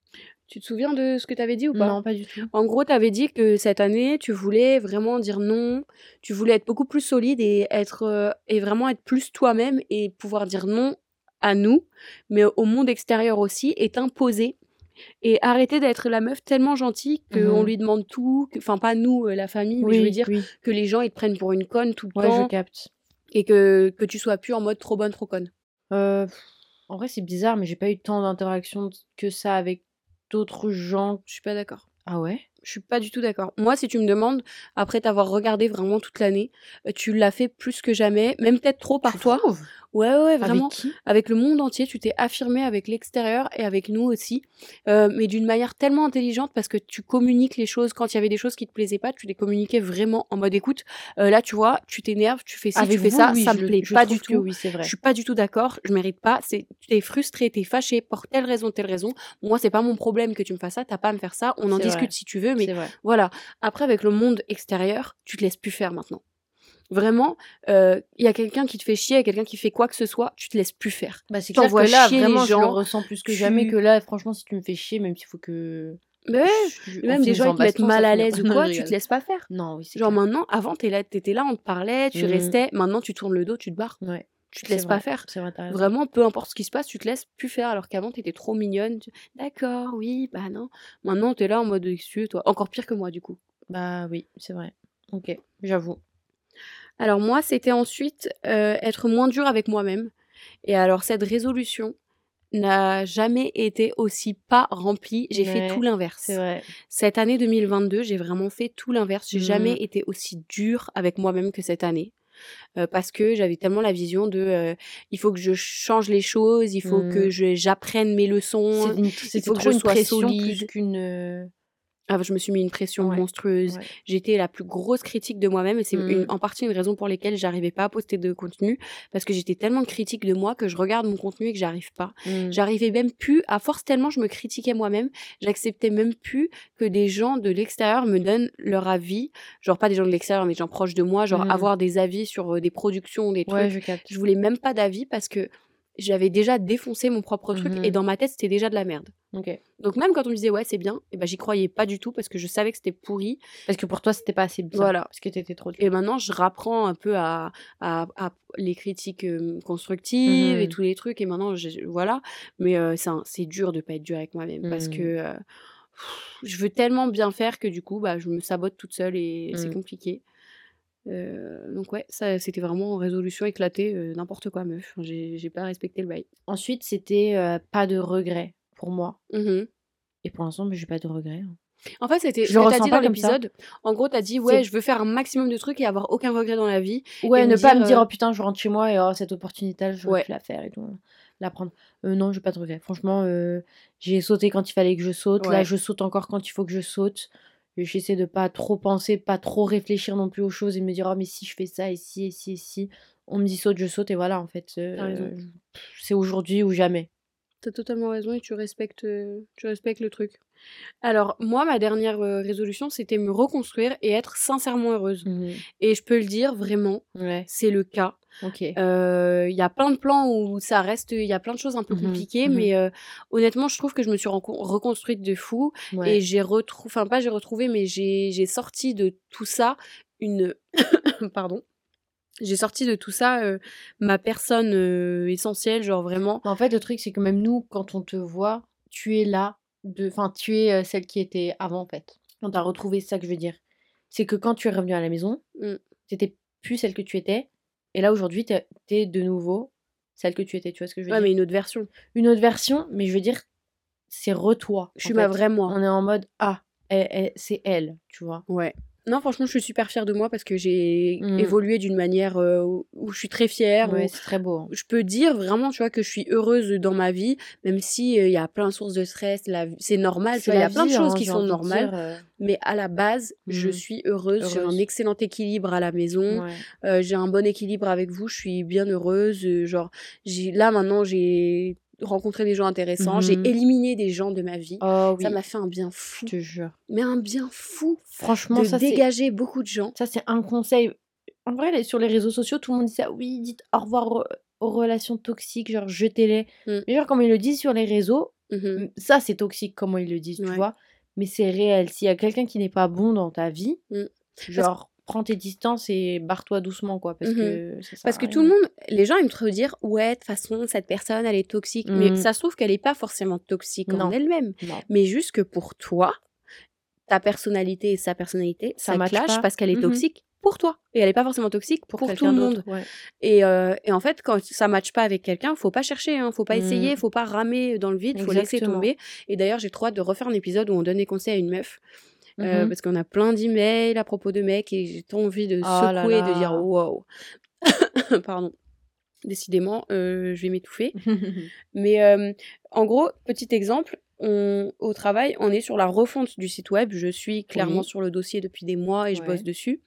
Tu te souviens de ce que tu avais dit ou pas? Non, pas du tout. En gros, tu avais dit que cette année, tu voulais vraiment dire non, tu voulais être beaucoup plus solide et être euh, et vraiment être plus toi-même et pouvoir dire non à nous, mais au monde extérieur aussi, et t'imposer et arrêter d'être la meuf tellement gentille qu'on Mhm. lui demande tout, que- enfin pas nous, euh, la famille, mais je veux Oui, dire oui. que les gens ils te prennent pour une conne tout le Ouais, je temps capte. et que, que tu sois plus en mode trop bonne, trop conne. Euh, pff, en vrai, c'est bizarre, mais j'ai pas eu tant d'interactions que ça avec d'autres gens. Je suis pas d'accord. Ah ouais? Je suis pas du tout d'accord. Moi, si tu me demandes, après t'avoir regardé vraiment toute l'année, euh, tu l'as fait plus que jamais, même peut-être trop Tu parfois. trouves? Ouais, ouais, Avec vraiment. qui? Avec le monde entier, tu t'es affirmé avec l'extérieur et avec nous aussi. Euh, mais d'une manière tellement intelligente parce que tu communiques les choses. Quand il y avait des choses qui te plaisaient pas, tu les communiquais vraiment en mode écoute, euh, là, tu vois, tu t'énerves, tu fais ci, Avec tu fais vous, ça, oui, ça je, me le- plaît je pas du trouve que tout. oui, c'est Je vrai. suis pas du tout d'accord, je mérite pas. C'est, t'es frustré, t'es fâché pour telle raison, telle raison. Moi, c'est pas mon problème que tu me fasses ça, t'as pas à me faire ça. On en C'est discute vrai. si tu veux, mais C'est vrai. voilà. Après, avec le monde extérieur, tu te laisses plus faire maintenant. Vraiment, il y a quelqu'un qui te fait chier, il y a quelqu'un qui fait quoi que ce soit, tu te laisses plus faire. Bah, c'est Tu clair que envoies là, chier les vraiment, je le gens. ressens plus que jamais. Tu... Que là, franchement, si tu me fais chier, même s'il faut que. Mais ouais, je- je- on même des finisse gens en ils te mettent baston, mal ça à finit en- l'aise ou Non, quoi, je tu te rigole. laisses pas faire. Non, oui, c'est Genre clair. maintenant, avant t'es là, t'étais là, on te parlait, tu Mhm. restais. Maintenant, tu tournes le dos, tu te barres. Ouais. Tu te C'est laisses pas vrai. faire. C'est vrai, t'as raison. Vraiment, peu importe ce qui se passe, tu te laisses plus faire. Alors qu'avant, t'étais trop mignonne. Tu- D'accord, oui, bah non. Maintenant, t'es là en mode excuse, toi. Encore pire que moi, du coup. Bah oui, c'est vrai. Ok, j'avoue. Alors moi, c'était ensuite euh, être moins dur avec moi-même. Et alors cette résolution n'a jamais été aussi pas remplie. J'ai fait tout Ouais, l'inverse. c'est vrai. Cette année deux mille vingt-deux, j'ai vraiment fait tout l'inverse. J'ai Mhm. jamais été aussi dure avec moi-même que cette année. Euh, parce que j'avais tellement la vision de euh, il faut que je change les choses, il faut que Mhm. je, j'apprenne mes leçons, C'est une- il C'était faut que trop je une sois pression plus solide. qu'une. euh, Ah, je me suis mis une pression Ouais, monstrueuse. ouais. J'étais la plus grosse critique de moi-même et c'est une- Mhm. en partie une raison pour laquelle j'arrivais pas à poster de contenu parce que j'étais tellement critique de moi que je regarde mon contenu et que j'arrive pas. Mhm. J'arrivais même plus, à force tellement je me critiquais moi-même, j'acceptais même plus que des gens de l'extérieur me donnent leur avis, genre pas des gens de l'extérieur mais des gens proches de moi, genre Mhm. avoir des avis sur euh, des productions, des Ouais, trucs. je capte. Je voulais même pas d'avis parce que j'avais déjà défoncé mon propre truc Mhm. et dans ma tête c'était déjà de la merde. Ok. Donc même quand on me disait ouais c'est bien, et ben j'y croyais pas du tout parce que je savais que c'était pourri. Parce que pour toi, c'était pas assez bien. Voilà. Parce que t'étais trop dur. Et maintenant je rapprends un peu à, à, à les critiques euh, constructives et Mhm. tous les trucs et maintenant je, voilà. Mais euh, c'est, un- c'est dur de pas être dur avec moi-même parce Mhm. que euh, pff, je veux tellement bien faire que du coup bah je me sabote toute seule et c'est Mhm. compliqué. Euh, donc ouais ça c'était vraiment résolution éclatée, euh, n'importe quoi meuf. J'ai, j'ai pas respecté le bail. Ensuite, c'était euh, pas de regret pour moi. Mhm. Et pour l'instant, mais j'ai pas de regret. hein. En fait, c'était Je ce le que t'as ressens dit pas dans comme ça. l'épisode. En gros, t'as dit, ouais, C'est- je veux faire un maximum de trucs et avoir aucun regret dans la vie. Ouais, et ne me pas dire, me dire, euh, oh putain, je rentre chez moi et oh, cette opportunité, j'aurais Ouais. pu la faire et tout. La prendre. Euh, non, j'ai pas de regret. Franchement, euh, j'ai sauté quand il fallait que je saute. Là, Ouais. je saute encore quand il faut que je saute. Et j'essaie de pas trop penser, pas trop réfléchir non plus aux choses et me dire, oh, mais si je fais ça et si, et si, et si. On me dit saute, je saute et voilà, en fait. euh, T'as raison. c'est aujourd'hui ou jamais. T'as totalement raison et tu respectes, euh, tu respectes le truc. Alors, moi, ma dernière euh, résolution, c'était me reconstruire et être sincèrement heureuse. Mhm. Et je peux le dire, vraiment, Ouais, c'est le cas. ok. Il euh, y a plein de plans où ça reste, il y a plein de choses un peu Mhm, compliquées, mhm. mais euh, honnêtement, je trouve que je me suis renco- reconstruite de fou Ouais. et j'ai retrouvé, enfin pas j'ai retrouvé, mais j'ai j'ai sorti de tout ça une, pardon, j'ai sorti de tout ça euh, ma personne euh, essentielle, genre vraiment. En fait, le truc, c'est que même nous, quand on te voit, tu es là, de... enfin, tu es euh, celle qui était avant, en fait. On t'a retrouvé, c'est ça que je veux dire. C'est que quand tu es revenue à la maison, Mm. t'étais plus celle que tu étais. Et là, aujourd'hui, t'es t'es de nouveau celle que tu étais. Tu vois ce que je veux Ouais, dire mais une autre version. Une autre version, mais je veux dire, c'est re-toi. Je en suis ma fait. vraie moi. On est en mode, ah, elle- elle- c'est elle, tu vois. Ouais. Non, franchement, je suis super fière de moi parce que j'ai Mm. évolué d'une manière euh, où, où je suis très fière. Ouais, où c'est très beau. hein. je peux dire vraiment, tu vois, que je suis heureuse dans ma vie, même si il y a plein de sources de stress. La vie- c'est normal, tu C'est vois, il y la a plein de vie, choses hein, qui j'ai sont envie de normales. dire, euh, Mais à la base, je Mm. suis heureuse. J'ai un heureuse. excellent équilibre à la maison. Ouais. Euh, j'ai un bon équilibre avec vous. Je suis bien heureuse. Euh, genre, j'ai là maintenant, j'ai rencontré des gens intéressants. J'ai Mhm. éliminé des gens de ma vie. Oh oui, Ça m'a fait un bien fou. je te jure. Mais un bien fou Franchement, de ça, c'est... dégager beaucoup de gens. Ça, c'est un conseil. En vrai, les- sur les réseaux sociaux, tout le monde dit ça. Oui, dites au revoir. euh, aux relations toxiques, genre jetez-les. Mm. Mais genre, comme ils le disent sur les réseaux, Mhm. ça c'est toxique, comment ils le disent, tu Ouais. vois. Mais c'est réel. S'il y a quelqu'un qui n'est pas bon dans ta vie, Mm. genre, prends tes distances et barre-toi doucement, quoi, parce Mhm. que ça sert Parce à que rien. tout le monde, les gens aiment trop dire ouais, de toute façon, cette personne, elle est toxique. Mais Mm. ça se trouve qu'elle n'est pas forcément toxique en Non. elle-même. Non. Mais juste que pour toi, ta personnalité et sa personnalité, Ça ça, matche clash pas. parce qu'elle est Mhm. toxique pour toi. Et elle n'est pas forcément toxique Pour, pour, tout quelqu'un le d'autre, monde. ouais. Et, euh, et en fait, quand ça matche pas avec quelqu'un, faut pas chercher, hein, faut pas Mm. essayer, faut pas ramer dans le vide, faut laisser Exactement. tomber. Et d'ailleurs, j'ai trop hâte de refaire un épisode où on donne des conseils à une meuf. Euh, Mhm. parce qu'on a plein d'emails à propos de mecs et j'ai trop envie de Oh là secouer, de dire là. wow. Pardon. Décidément, euh, je vais m'étouffer. Mais euh, en gros, petit exemple, on, au travail, on est sur la refonte du site web. Je suis clairement Oui. sur le dossier depuis des mois et je Ouais. bosse dessus.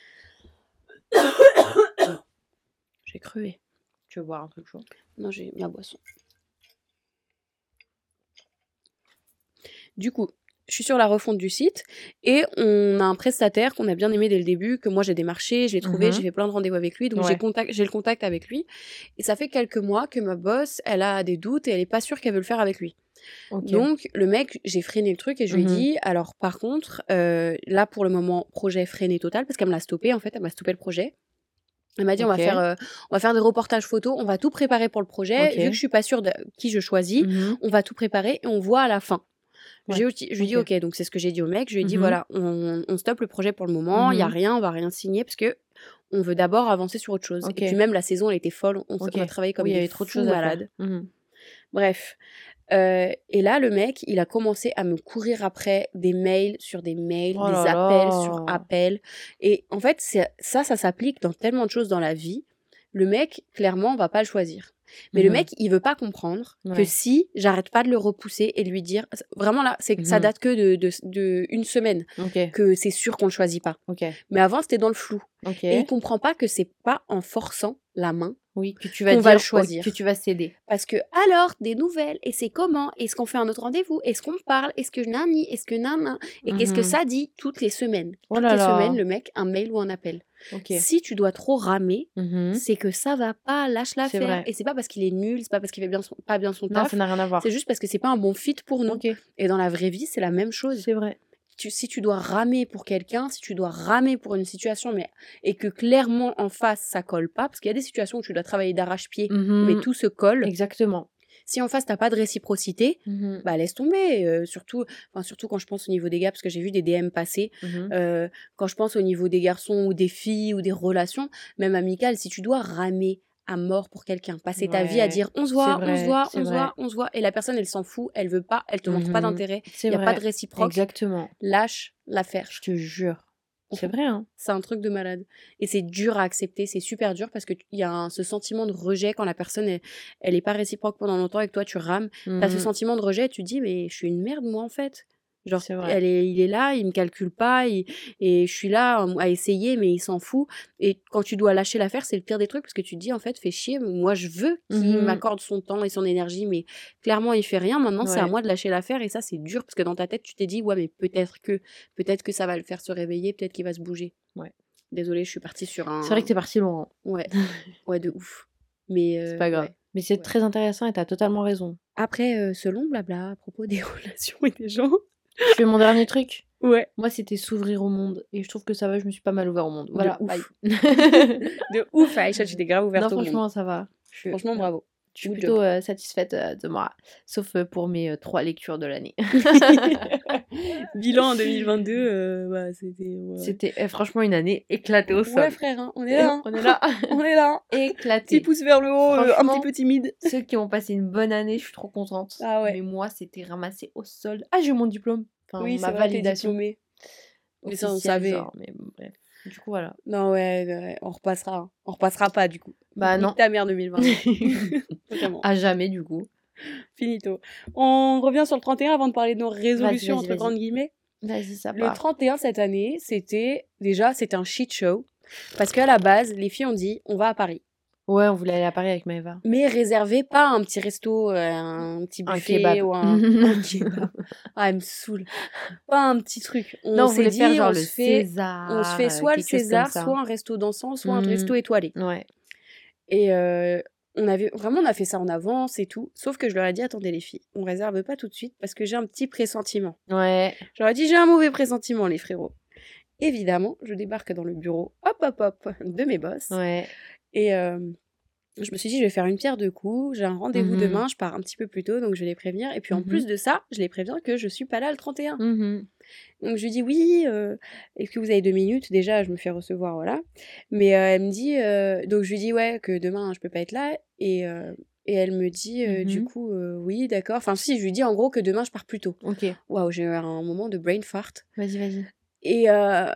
J'ai crevé. Tu veux boire un truc chaud? Non, j'ai ma boisson. Du coup, je suis sur la refonte du site et on a un prestataire qu'on a bien aimé dès le début, que moi j'ai démarché, je l'ai trouvé, Mhm. j'ai fait plein de rendez-vous avec lui, donc Ouais. j'ai, contact, j'ai le contact avec lui. Et ça fait quelques mois que ma boss, elle a des doutes et elle est pas sûre qu'elle veut le faire avec lui. Ok. Donc le mec, j'ai freiné le truc et je lui ai Mhm. dit, alors par contre, euh, là pour le moment, projet freiné total, parce qu'elle me l'a stoppé en fait, elle m'a stoppé le projet. Elle m'a dit, on va Ok. faire, euh, on va faire des reportages photos, on va tout préparer pour le projet. Ok. Vu que je suis pas sûre de qui je choisis, Mhm. on va tout préparer et on voit à la fin. Ouais. J'ai aussi- je lui ai dit, Ok. ok, donc c'est ce que j'ai dit au mec. Je lui ai dit, Mhm. voilà, on, on stoppe le projet pour le moment, il y a Mhm. rien, on va rien signer parce que on veut d'abord avancer sur autre chose. Ok. Et puis même la saison, elle était folle, on, s- Ok. on a travaillé comme Oui, il y des avait trop de fous choses à faire. malades. Mhm. Bref. Euh, et là, le mec, il a commencé à me courir après des mails sur des mails, Oh des là appels sur là. appels. Et en fait, c'est- ça, ça s'applique dans tellement de choses dans la vie. Le mec, clairement, on va pas le choisir. Mais le Mhm. mec, il veut pas comprendre que Ouais. si j'arrête pas de le repousser et de lui dire, vraiment là, c'est ça Mhm. date que de, de, de une semaine Ok. que c'est sûr qu'on le choisit pas. Ok. Mais avant, c'était dans le flou. Ok. Et il comprend pas que c'est pas en forçant la main Oui, que tu vas qu'on va le dire, oh, choisir. que tu vas céder. Parce que, alors, des nouvelles, et c'est comment? Est-ce qu'on fait un autre rendez-vous? Est-ce qu'on parle? Est-ce que nani? Est-ce que nan? Et qu'est-ce que Mhm. ça dit toutes les semaines? Oh Toutes là les là. semaines, le mec, un mail ou un appel. Ok. Si tu dois trop ramer, Mhm. c'est que ça va pas, lâche C'est l'affaire. vrai. Et c'est pas parce qu'il est nul, c'est pas parce qu'il fait bien son- pas bien son Non, taf, ça n'a rien à voir. c'est juste parce que c'est pas un bon fit pour nous. Ok. Et dans la vraie vie, c'est la même chose. C'est vrai. Tu, si tu dois ramer pour quelqu'un, si tu dois ramer pour une situation, mais et que clairement en face ça colle pas, parce qu'il y a des situations où tu dois travailler d'arrache-pied, Mhm. mais tout se colle. Exactement. Si en face t'as pas de réciprocité, Mhm. bah laisse tomber. euh, surtout, enfin surtout quand je pense au niveau des gars, parce que j'ai vu des D M passer. Mhm. euh, quand je pense au niveau des garçons ou des filles ou des relations, même amicales, si tu dois ramer à mort pour quelqu'un, passer ta vie à Ouais. dire on se C'est voit, on se vrai. voit, C'est on se vrai. voit, on se voit, et la personne elle s'en fout, elle veut pas, elle te montre pas Mhm. d'intérêt, C'est il y a pas vrai. de réciproque, Exactement. lâche l'affaire. Je te jure. C'est Mhm. vrai, hein. C'est un truc de malade. Et c'est dur à accepter, c'est super dur parce qu'il y a un- ce sentiment de rejet quand la personne, elle, elle est pas réciproque pendant longtemps et que toi tu rames. T'as ce Mhm. sentiment de rejet, tu te dis, mais je suis une merde moi en fait. Genre, C'est vrai. elle est, il est là, il me calcule pas, il- et je suis là euh, à essayer, mais il s'en fout. Et quand tu dois lâcher l'affaire, c'est le pire des trucs parce que tu te dis, en fait, fais chier, moi je veux qu'il Mhm. m'accorde son temps et son énergie, mais clairement il fait rien. Maintenant, c'est à Ouais. moi de lâcher l'affaire et ça, c'est dur parce que dans ta tête, tu t'es dit, ouais, mais peut-être que, peut-être que ça va le faire se réveiller, peut-être qu'il va se bouger. Ouais. Désolée, je suis partie sur un. C'est vrai que t'es parti loin. Ouais, ouais, de ouf. Mais C'est euh, pas grave. ouais. Mais c'est Ouais. très intéressant et t'as totalement raison. Après, euh, ce long blabla à propos des relations et des gens. Je fais mon dernier truc. Ouais, Moi, c'était s'ouvrir au monde. Et je trouve que ça va, je me suis pas mal ouvert au monde. Voilà, ouf. bye. de ouf, Aïcha, tu t'es grave ouverte Non, au monde. franchement, ça va. Je suis, Franchement, bravo. je suis Good plutôt job. euh, satisfaite euh, de moi. Sauf euh, pour mes euh, trois lectures de l'année. Bilan en deux mille vingt-deux, euh, bah, c'était. Ouais, C'était euh, franchement une année éclatée au sol. ouais frère, hein, on est là. Hein. On est là. On est là. Petit Éclaté. pouce vers le haut, euh, un Franchement, petit peu timide. Ceux qui ont passé une bonne année, je suis trop contente. Ah ouais. Mais moi, c'était ramassé au sol. Ah, j'ai eu mon diplôme. Enfin, Oui, ma c'est vrai, t'es validation. diplômée. Mais ça, on officielle, savait. genre, mais bon, bref. Du coup, voilà. Non, ouais, ouais, on repassera. hein. On repassera pas, du coup. Bah Nique non. ta mère deux mille vingt. Vraiment. À jamais, du coup. Finito. On revient sur le trente et un avant de parler de nos résolutions, vas-y, entre vas-y. grandes guillemets. Vas-y, ça Le part. trente et un cette année, c'était déjà c'était un shit show parce qu'à la base, les filles ont dit on va à Paris, Ouais, on voulait aller à Paris avec Maëva. mais réservé pas un petit resto, euh, un petit Un buffet kebab. ou un, un kebab. Ah, elle me saoule. Pas un petit truc. On Non, on s'est voulait dit faire genre on le se fait César. on se fait euh, soit le quelque chose César, comme ça. soit un resto dansant, soit un Mm. resto étoilé. Ouais. Et euh, on avait vraiment on a fait ça en avance et tout. Sauf que je leur ai dit attendez les filles, on réserve pas tout de suite parce que j'ai un petit pressentiment. Ouais. Je leur ai dit j'ai un mauvais pressentiment les frérots. Évidemment, je débarque dans le bureau, hop hop hop, de mes boss. Ouais. Et euh, je me suis dit je vais faire une pierre deux coups. J'ai un rendez-vous Mhm. demain, je pars un petit peu plus tôt, donc je vais les prévenir. Et puis en Mhm. plus de ça, je les préviens que je suis pas là le trente et un. Mhm. Donc je lui dis oui, euh, est-ce que vous avez deux minutes? Déjà, je me fais recevoir, voilà. Mais euh, elle me dit, euh, donc je lui dis ouais que demain je peux pas être là. Et, euh, et elle me dit euh, du Mhm. coup euh, oui d'accord. Enfin si, je lui dis en gros que demain je pars plus tôt. Ok. Waouh, j'ai eu un moment de brain fart. Vas-y, vas-y. Et euh,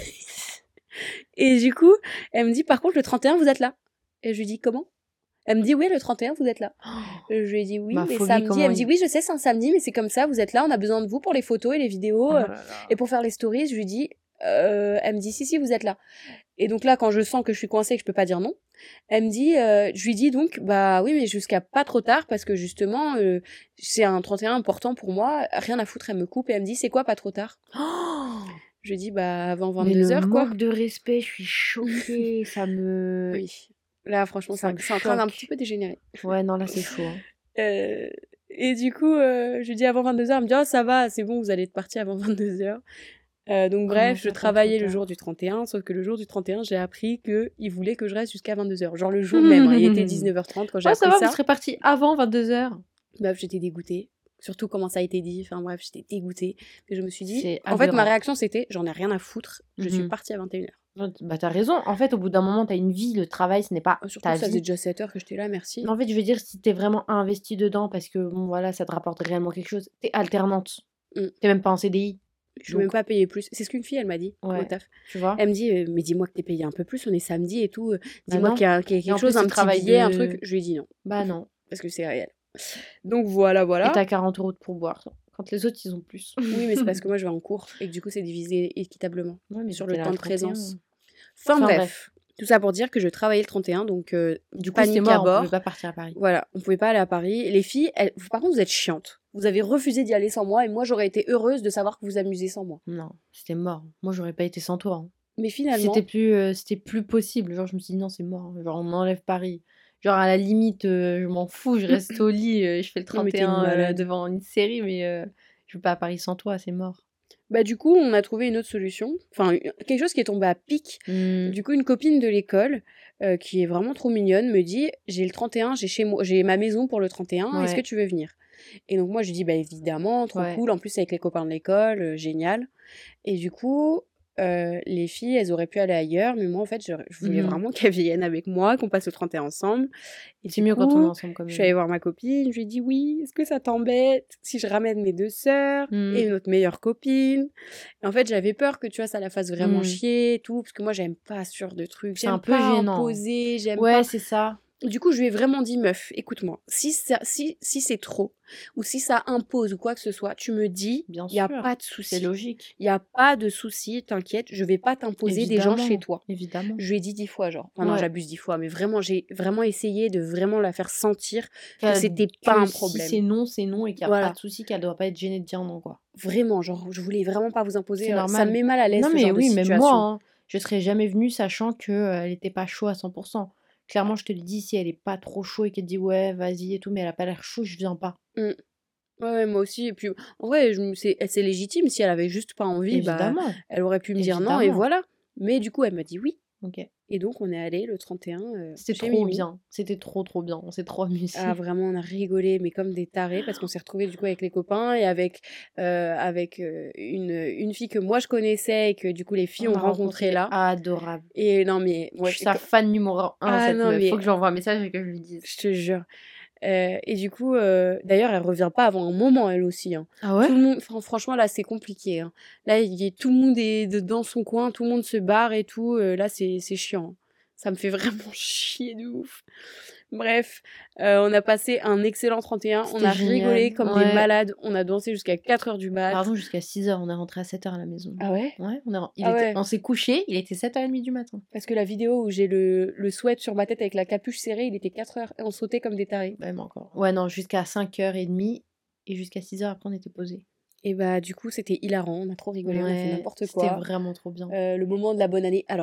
et du coup, elle me dit par contre le trente et un vous êtes là. Et je lui dis comment? Elle me dit oui le trente et un vous êtes là. Oh, Je lui ai dit oui ma mais phobie, samedi. comment Elle me dit il... oui je sais c'est un samedi mais c'est comme ça vous êtes là on a besoin de vous pour les photos et les vidéos Oh euh, là là. et pour faire les stories. Je lui dis euh, elle me dit si si vous êtes là. Et donc là quand je sens que je suis coincée et que je peux pas dire non, elle me dit euh, je lui dis donc bah oui mais jusqu'à pas trop tard parce que justement euh, c'est un trente et un important pour moi, rien à foutre. Elle me coupe et elle me dit c'est quoi pas trop tard? Oh, Je lui dis bah avant mais vingt-deux le heures quoi. manque de respect, je suis choquée. Ça me... Oui. Là franchement Ça ça- me c'est en train d'un petit choque. peu dégénérer. Ouais, non, là, c'est chaud. Hein. Euh, et du coup, euh, je lui dis avant vingt-deux heures, elle me dit oh ça va, c'est bon, vous allez être parti avant vingt-deux heures. Euh, donc Comment bref, je ça, pas trop travaillais le tard? jour du trente et un, sauf que le jour du trente et un, j'ai appris qu'il voulait que je reste jusqu'à vingt-deux heures. Genre le jour même, hein, il était dix-neuf heures trente quand j'ai Ouais, ça appris va, vous ça. serez parti avant vingt-deux heures. Bref, j'étais dégoûtée. Surtout comment ça a été dit. Enfin bref, j'étais dégoûtée. Et je me suis dit, C'est en fait, ma aberrant. réaction c'était, j'en ai rien à foutre, je suis Mhm. partie à vingt et une heures. Non, t- Bah, t'as raison. En fait, au bout d'un moment, t'as une vie. Le travail, ce n'est pas Euh, Surtout ta que ça faisait vie. déjà sept heures que j'étais là, merci. En fait, je veux dire, si t'es vraiment investi dedans parce que, bon, voilà, ça te rapporte réellement quelque chose, t'es alternante. Mm. T'es même pas en C D I. Je suis même Donc, pas payée plus. C'est ce qu'une fille, elle m'a dit au ouais, taf. tu vois. Elle me dit, euh, mais dis-moi que t'es payé un peu plus, on est samedi et tout. euh, Bah Dis-moi non. qu'il y a, qu'il y a Et quelque en chose, plus, un le petit travail billet, un truc. de... Je lui ai dit non, Bah non. parce que c'est réel. Donc voilà, Et voilà. t'as quarante euros de pourboire. Quand les autres, ils ont plus. Oui, mais c'est parce que moi je vais en cours et que du coup c'est divisé équitablement Ouais, mais sur t'étais le là temps le de trente et un. présence. Enfin, Enfin, bref. bref. Tout ça pour dire que je travaillais le trente et un, donc euh, Du coup, c'était panique à mort, on pouvait bord. pas partir à Paris. Voilà, on pouvait pas aller à Paris. Les filles, elles- par contre, vous êtes chiantes. Vous avez refusé d'y aller sans moi et moi j'aurais été heureuse de savoir que vous amusez sans moi. Non, c'était mort. Moi, j'aurais pas été sans toi. Hein. Mais finalement, C'était plus, euh, c'était plus possible. Genre, je me suis dit non, c'est mort. Genre, on enlève Paris. Genre, à la limite, euh, je m'en fous, je reste au lit, euh, je fais le non mais t'es une trente et un euh, malade. devant une série, mais euh, je veux pas à Paris sans toi, c'est mort. Bah du coup, on a trouvé une autre solution. Enfin, une- quelque chose qui est tombé à pic. Hmm. Du coup, une copine de l'école, euh, qui est vraiment trop mignonne, me dit j'ai le trente et un, j'ai chez moi, j'ai ma maison pour le trente et un, est-ce que Ouais. tu veux venir? Et donc moi je lui dis bah évidemment, trop Ouais. cool, en plus c'est avec les copains de l'école, euh, génial. Et du coup, euh, les filles, elles auraient pu aller ailleurs, mais moi en fait je, je voulais Mhm. vraiment qu'elles viennent avec moi, qu'on passe le trente et un ensemble. Et C'est du mieux quand on est coup, ensemble quand je suis allée même. voir ma copine, je lui ai dit oui, est-ce que ça t'embête si je ramène mes deux sœurs Hmm. et notre meilleure copine? Et en fait, j'avais peur que tu vois ça la fasse vraiment Hmm. chier et tout, parce que moi j'aime pas ce genre de truc, C'est un j'aime peu pas gênant. imposer, j'aime Ouais, pas. c'est ça. Du coup, je lui ai vraiment dit meuf, écoute-moi, si ça, si si c'est trop ou si ça impose ou quoi que ce soit, tu me dis, Bien il y a sûr. pas de C'est souci. logique. Il y a pas de souci, t'inquiète, je vais pas t'imposer des gens chez Évidemment. toi. Évidemment. Je lui ai dit dix fois, genre. Enfin, non, Ouais. j'abuse dix fois, mais vraiment, j'ai vraiment essayé de vraiment la faire sentir que Qu'elle- c'était pas que un si problème. c'est non, c'est non et qu'il n'y a Voilà. pas de souci, qu'elle doit pas être gênée de dire non, quoi. Vraiment, genre, je voulais vraiment pas vous imposer. C'est euh, Ça normal. me met mal à l'aise, Non, ce mais genre de oui, même moi, situation. hein, je serais jamais venue sachant qu'elle n'était pas chaud à cent pour cent. Clairement, je te le dis, si elle est pas trop chaud et qu'elle te dit ouais, vas-y et tout, mais elle a pas l'air chaud, je viens pas. Mm. Ouais, ouais, moi aussi. Et puis, en vrai, je me- c'est c'est légitime. Si elle avait juste pas envie, bah, Évidemment. elle aurait pu me dire non et Évidemment. voilà. Mais du coup, elle m'a dit oui. Ok. Et donc, on est allé le trente et un euh, C'était chez trop Mimi. bien. C'était trop, trop bien. On s'est trop amusés. Ah, vraiment, on a rigolé, mais comme des tarés, parce qu'on s'est retrouvés du coup avec les copains et avec, euh, avec euh, une, une fille que moi je connaissais et que du coup les filles On ont a rencontré rencontré là. adorable. Et non, mais Je ouais, suis sa fan numéro un, Ah, cette non, meuf. mais- Faut que j'envoie un message et que je lui dise. je te jure. Euh, et du coup, euh, d'ailleurs, elle revient pas avant un moment, elle aussi. Hein. Ah ouais? Tout le monde, fran- franchement, là, c'est compliqué. Hein. Là, il y a- tout le monde est de- dans son coin, tout le monde se barre et tout. euh, là, c'est c'est chiant. Ça me fait vraiment chier de ouf. Bref, euh, on a passé un excellent trente et un. On C'était a rigolé génial. comme Ouais. des malades. On a dansé jusqu'à quatre heures du mat. Pardon, jusqu'à six heures. On est rentré à sept heures à la maison. Ah ouais? Ouais, on, est... ren- il Ah était... ouais. on s'est couché, il était sept heures trente du matin. Parce que la vidéo où j'ai le, le sweat sur ma tête avec la capuche serrée, il était quatre heures et on sautait comme des tarés. Même encore. Ouais, non, jusqu'à cinq heures trente et jusqu'à six heures après, on était posés. Et bah, du coup, c'était hilarant. On a trop rigolé, on a fait Ouais, n'importe c'était quoi. vraiment trop bien. Euh, le moment de la bonne année. Alors,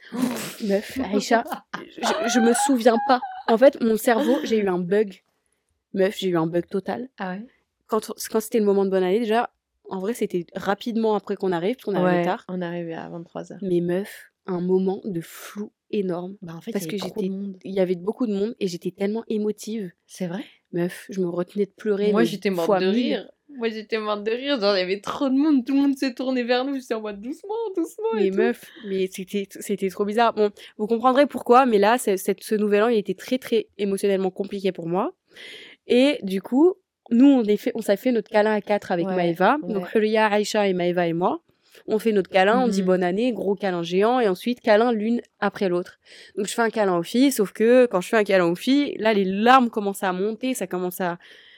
Meuf, Aïcha, je, je me souviens pas. En fait, mon cerveau, j'ai eu un bug. Meuf, j'ai eu un bug total. Ah ouais? Quand, quand c'était le moment de bonne année, déjà, en vrai, c'était rapidement après qu'on arrive, parce qu'on arrivait Ouais, tard. on arrivait à vingt-trois heures. Mais meuf, un moment de flou énorme. Bah en fait, Parce il y que avait trop j'étais, de monde. il y avait beaucoup de monde et j'étais tellement émotive. C'est vrai? Meuf, je me retenais de pleurer. Moi, mais j'étais morte fois de mille. rire. Moi, j'étais morte de rire. Genre, il y avait trop de monde. Tout le monde s'est tourné vers nous. J'étais en mode doucement, doucement. Mais et tout. meuf, mais c'était, c'était trop bizarre. Bon, vous comprendrez pourquoi, mais là, c'est- cette, ce nouvel an, il était très, très émotionnellement compliqué pour moi. Et du coup, nous, on, est fait, on s'est fait notre câlin à quatre avec Ouais, Maëva. ouais. Donc, Huria, Aïcha et Maëva et moi. On fait notre câlin, on dit Mhm. bonne année, gros câlin géant, et ensuite câlin l'une après l'autre. Donc, je fais un câlin aux filles, sauf que quand je fais un câlin aux filles, là, les larmes commencent à monter, ça commence à,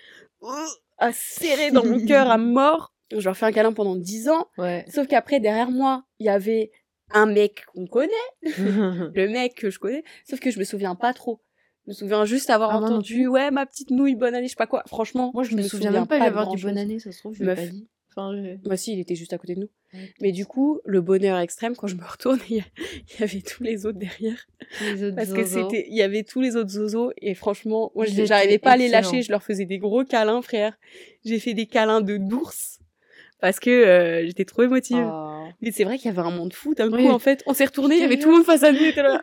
à serrer dans mon cœur à mort. Je leur fais un câlin pendant dix ans. Ouais. Sauf qu'après, derrière moi, il y avait un mec qu'on connaît, le mec que je connais, sauf que je me souviens pas trop. Je me souviens juste avoir Ah, moi non entendu, ouais, ma petite nouille, bonne année, je sais pas quoi. Franchement, Moi, je, me souviens même pas lui avoir dit bonne année, ça se trouve, je l'ai Meuf. pas dit. Enfin, je... Bah si, il était juste à côté de nous. Ouais, Mais du coup, le bonheur extrême, quand je me retourne, il y, a- il y avait tous les autres derrière. les autres Parce que zozos. c'était, il y avait tous les autres zozos, et franchement, moi, Ils je- étaient j'arrivais pas à les excellents. lâcher, je leur faisais des gros câlins, frère. J'ai fait des câlins de d'ours. Parce que euh, j'étais trop émotive. Oh. Mais c'est vrai qu'il y avait un monde fou d'un Oui. coup, en fait. On s'est retourné, il y Je te avait tout le monde face à nous, et était là.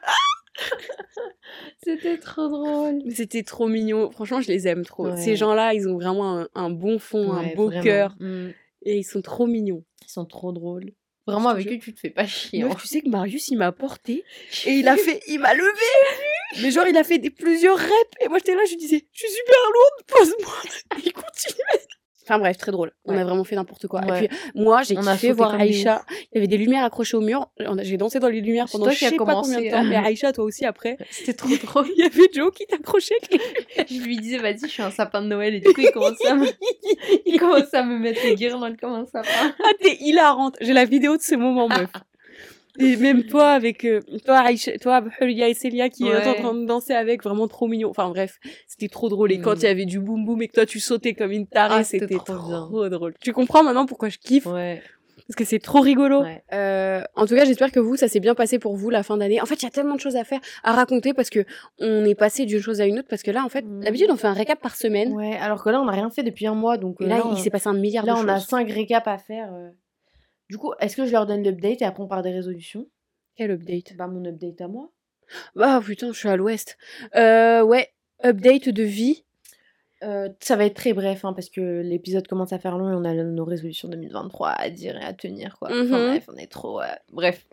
C'était trop drôle. Mais c'était trop mignon. Franchement, je les aime trop. Ouais. Ces gens-là, ils ont vraiment un, un bon fond, Ouais, un beau vraiment. cœur. Mm. Et ils sont trop mignons. Ils sont trop drôles. Vraiment, te avec jure. eux, tu te fais pas chier. Meuf, hein. tu sais que Marius, il m'a porté. Et il a fait, il m'a levé. Mais genre, il a fait des, plusieurs reps. Et moi, j'étais là, je lui disais, je suis super lourde, pose-moi. Et il continuait. Enfin bref, très drôle. On Ouais. a vraiment fait n'importe quoi. Ouais. Et puis, moi, j'ai On a kiffé sauté voir comme des Aïcha. Il y avait des lumières accrochées au mur. On a- J'ai dansé dans les lumières C'est pendant toi je qui as sais pas commencé, combien de temps. euh. Mais Aïcha, toi aussi, après. C'était trop drôle. Il y avait Joe qui t'accrochait. Je lui disais, vas-y, je suis un sapin de Noël. Et du coup, il commençait à me, il commençait à me mettre les guirlandes comme un sapin. Ah, t'es hilarante. J'ai la vidéo de ce moment, meuf. Et même toi, avec euh, toi, Aïcha, toi, Huria et Célia qui Ouais. étaient en train de danser avec, vraiment trop mignon. Enfin bref, c'était trop drôle. Et Mm. quand il y avait du boum boum et que toi tu sautais comme une tarée, Ah, c'était c'était trop trop, bien. drôle. Tu comprends maintenant pourquoi je kiffe? Ouais. Parce que c'est trop rigolo. Ouais. Euh, en tout cas, j'espère que vous, ça s'est bien passé pour vous la fin d'année. En fait, il y a tellement de choses à faire, à raconter parce que on est passé d'une chose à une autre. Parce que là, en fait, Mm. d'habitude, on fait un récap par semaine. Ouais, alors que là, on n'a rien fait depuis un mois. Donc Et euh, là, là, il on, s'est passé un milliard là, de on choses. a cinq récaps à faire. euh. Du coup, est-ce que je leur donne l'update et après on part des résolutions? Quel update? Bah, mon update à moi. Ah putain, je suis à l'ouest. Euh, ouais, update de vie. Euh, ça va être très bref, hein, parce que l'épisode commence à faire long et on a nos résolutions deux mille vingt-trois à dire et à tenir, quoi. Enfin Mhm. bref, on est trop... euh, Bref.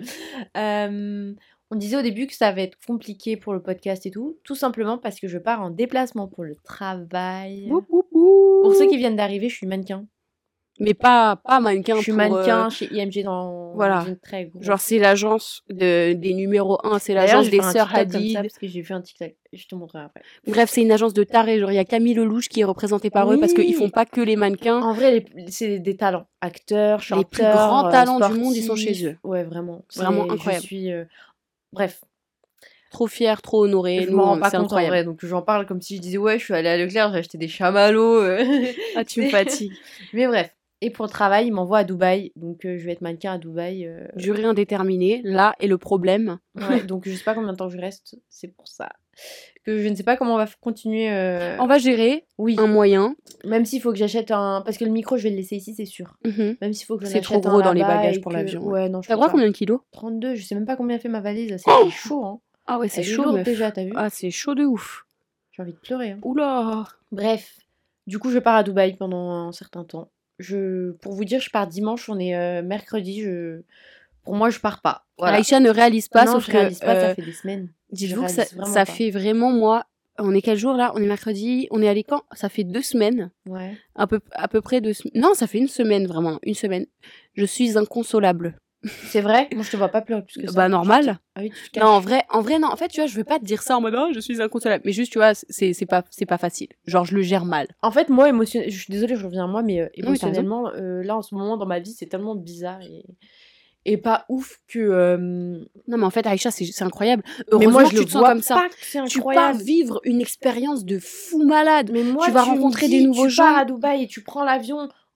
Euh, on disait au début que ça va être compliqué pour le podcast et tout, tout simplement parce que je pars en déplacement pour le travail. Woup, woup, woup. Pour ceux qui viennent d'arriver, je suis mannequin. Mais pas, pas mannequin Je suis pour, mannequin euh, chez I M G dans, voilà. dans une très grosse... genre, c'est l'agence de, des numéros un, c'est D'ailleurs, l'agence j'ai des fait un sœurs TikTok comme Hadid. ça parce que j'ai fait un TikTok. Je te montrerai après. Bref, c'est une agence de tarés. Genre, il y a Camille Lelouch qui est représentée par eux parce Oui. qu'ils font pas que les mannequins. En vrai, les- c'est des talents. Acteurs, chanteurs, Les plus grands euh, talents du monde, ils sont sportifs. chez eux. Ouais, vraiment. Vraiment C'est- incroyable. Je suis... euh, Bref. Trop fière, trop honorée. Je Nous, m'en rends on- pas c'est compte en incroyable. vrai, donc j'en parle comme si je disais ouais, je suis allée à Leclerc, j'ai acheté des chamallows. euh. Ah, tu me fatigues. Mais bref. Et pour le travail, ils m'envoient à Dubaï, donc euh, je vais être mannequin à Dubaï. euh, Durée indéterminée. Là est le problème. Ouais, donc je sais pas combien de temps je reste, c'est pour ça que je ne sais pas comment on va f- continuer. euh, On va gérer Oui, un moyen. même s'il faut que j'achète un, parce que le micro je vais le laisser ici, c'est sûr. Mhm. Même s'il faut que j'en C'est trop achète un gros dans les là-bas bagages et pour que- l'avion, ouais. Ouais, non, je T'as peux droit pas. combien de kilos? trente-deux, je sais même pas combien fait ma valise, c'est Oh chaud hein. Ah ouais, c'est Elle est chaud, lourde meuf. déjà, t'as vu? Ah, c'est chaud de ouf. J'ai envie de pleurer. hein. Oula. Bref, du coup, je pars à Dubaï pendant un certain temps. Je, pour vous dire, je pars dimanche, on est euh, mercredi. Je, pour moi, je pars pas. Voilà. Aïcha ne réalise pas, non, sauf je que réalise pas, euh, ça fait des semaines. dites-vous Je que ça, réalise vraiment ça pas. fait vraiment moi. On est quel jour là? On est mercredi. On est allé quand? Ça fait deux semaines. Ouais. À peu, à peu près deux semaines. Non, ça fait une semaine vraiment. Une semaine. Je suis inconsolable. C'est vrai? Moi, je te vois pas pleurer plus que ça. Bah normal. Ah oui, tu te Non, en caches. vrai, en vrai, non. En fait, tu vois, je veux pas te dire ça en mode, oh, je suis inconsolable. Mais juste, tu vois, c'est, c'est pas, c'est pas facile. Genre, je le gère mal. En fait, moi, émotion... je suis désolée, je reviens à moi, mais euh, t'as raison. émotionnellement, euh, là, en ce moment, dans ma vie, c'est tellement bizarre et, et pas ouf que. euh, Non, mais en fait, Aïcha, c'est, c'est incroyable. Mais Heureusement moi, je que le tu te sens vois comme ça. pas que c'est Tu pars incroyable. vivre une expérience de fou malade. Mais moi, Tu vas me rencontrer dis, des nouveaux tu pars gens. à Dubaï et tu prends l'avion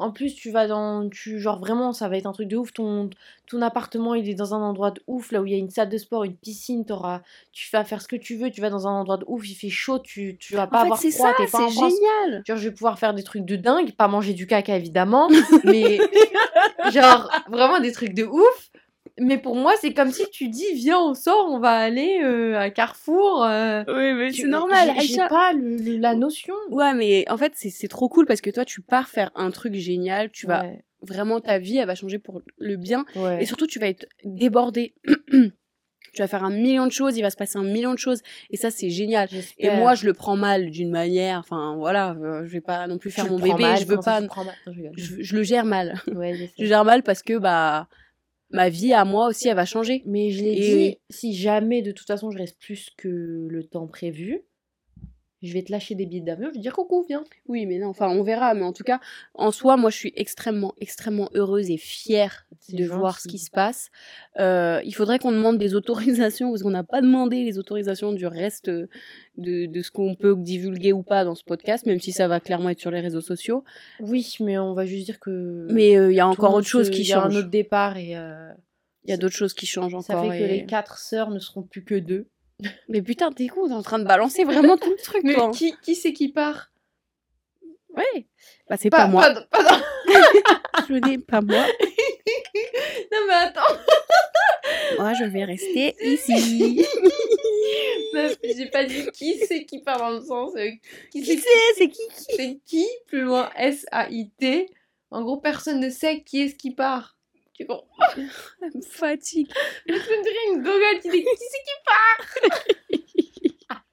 En plus, tu vas dans... Tu, genre, vraiment, ça va être un truc de ouf. Ton, ton appartement, il est dans un endroit de ouf, là où il y a une salle de sport, une piscine. T'auras, tu vas faire ce que tu veux. Tu vas dans un endroit de ouf, il fait chaud. Tu, tu vas pas En fait, avoir c'est froid. ça, T'es pas en c'est France. génial. Genre, je vais pouvoir faire des trucs de dingue. Pas manger du caca, évidemment. Mais, genre, vraiment des trucs de ouf. Mais pour moi, c'est comme si tu dis, viens, on sort, on va aller euh, à Carrefour. euh, Oui, mais tu- c'est normal, j'ai- J'ai Aïcha. pas le- le- la notion. Ouais, mais en fait, c'est c'est trop cool parce que toi, tu pars faire un truc génial. Tu vas Ouais, vraiment, ta vie, elle va changer pour le bien. ouais. Et surtout, tu vas être débordé. Tu vas faire un million de choses, il va se passer un million de choses. Et ça, c'est génial. Et J'espère. moi, je le prends mal d'une manière. Enfin, voilà, euh, je vais pas non plus faire Tu mon le prends bébé. mal, Je veux comment ça, pas. tu le prends mal Non, je rigole. Je, je le gère mal. Ouais, je sais. Je gère mal parce que, bah, ma vie à moi aussi, elle va changer. Mais je l'ai Et- dit, si jamais de toute façon je reste plus que le temps prévu, je vais te lâcher des billets d'avion, je vais dire coucou, viens. Oui, mais non, enfin, on verra. Mais en tout cas, en soi, moi, je suis extrêmement, extrêmement heureuse et fière C'est de voir gentil. ce qui se passe. Euh, il faudrait qu'on demande des autorisations, parce qu'on n'a pas demandé les autorisations du reste de, de ce qu'on peut divulguer ou pas dans ce podcast, même si ça va clairement être sur les réseaux sociaux. Oui, mais on va juste dire que. Mais euh, il y a tout le encore monde autre chose se- qui Il y a un change. autre départ et. euh, Il y a d'autres choses qui changent Ça encore. fait que et- les quatre sœurs ne seront plus que deux. Mais putain, t'es con, t'es en train de balancer vraiment tout le truc, Mais toi. qui, qui c'est qui part Ouais. Bah, c'est pas, moi. Pas, pas dans- Je n'ai pas moi. Non, mais attends. Moi, je vais rester ici. Meuf, j'ai pas dit qui c'est qui part dans le sens. euh, qui Qui c'est c'est C'est qui C'est qui, plus loin, S A I T. En gros, personne ne sait qui est-ce qui part. Tu comprends? Elle me fatigue. Je me dirais une gogole qui dit qui c'est qui part.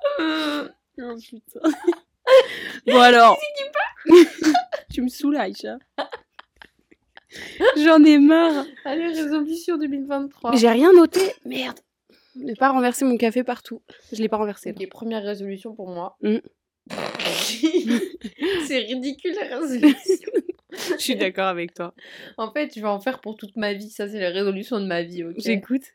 Oh putain. Bon alors. Tu me saoules, Aïcha. J'en ai marre. Allez, résolution deux mille vingt-trois. Mais j'ai rien noté. Merde. Ne pas renverser mon café partout. Je l'ai pas renversé. là. Ok, première résolution pour moi. Mm. C'est ridicule la résolution. Je suis d'accord avec toi. En fait, je vais en faire pour toute ma vie. Ça, c'est la résolution de ma vie, ok? J'écoute.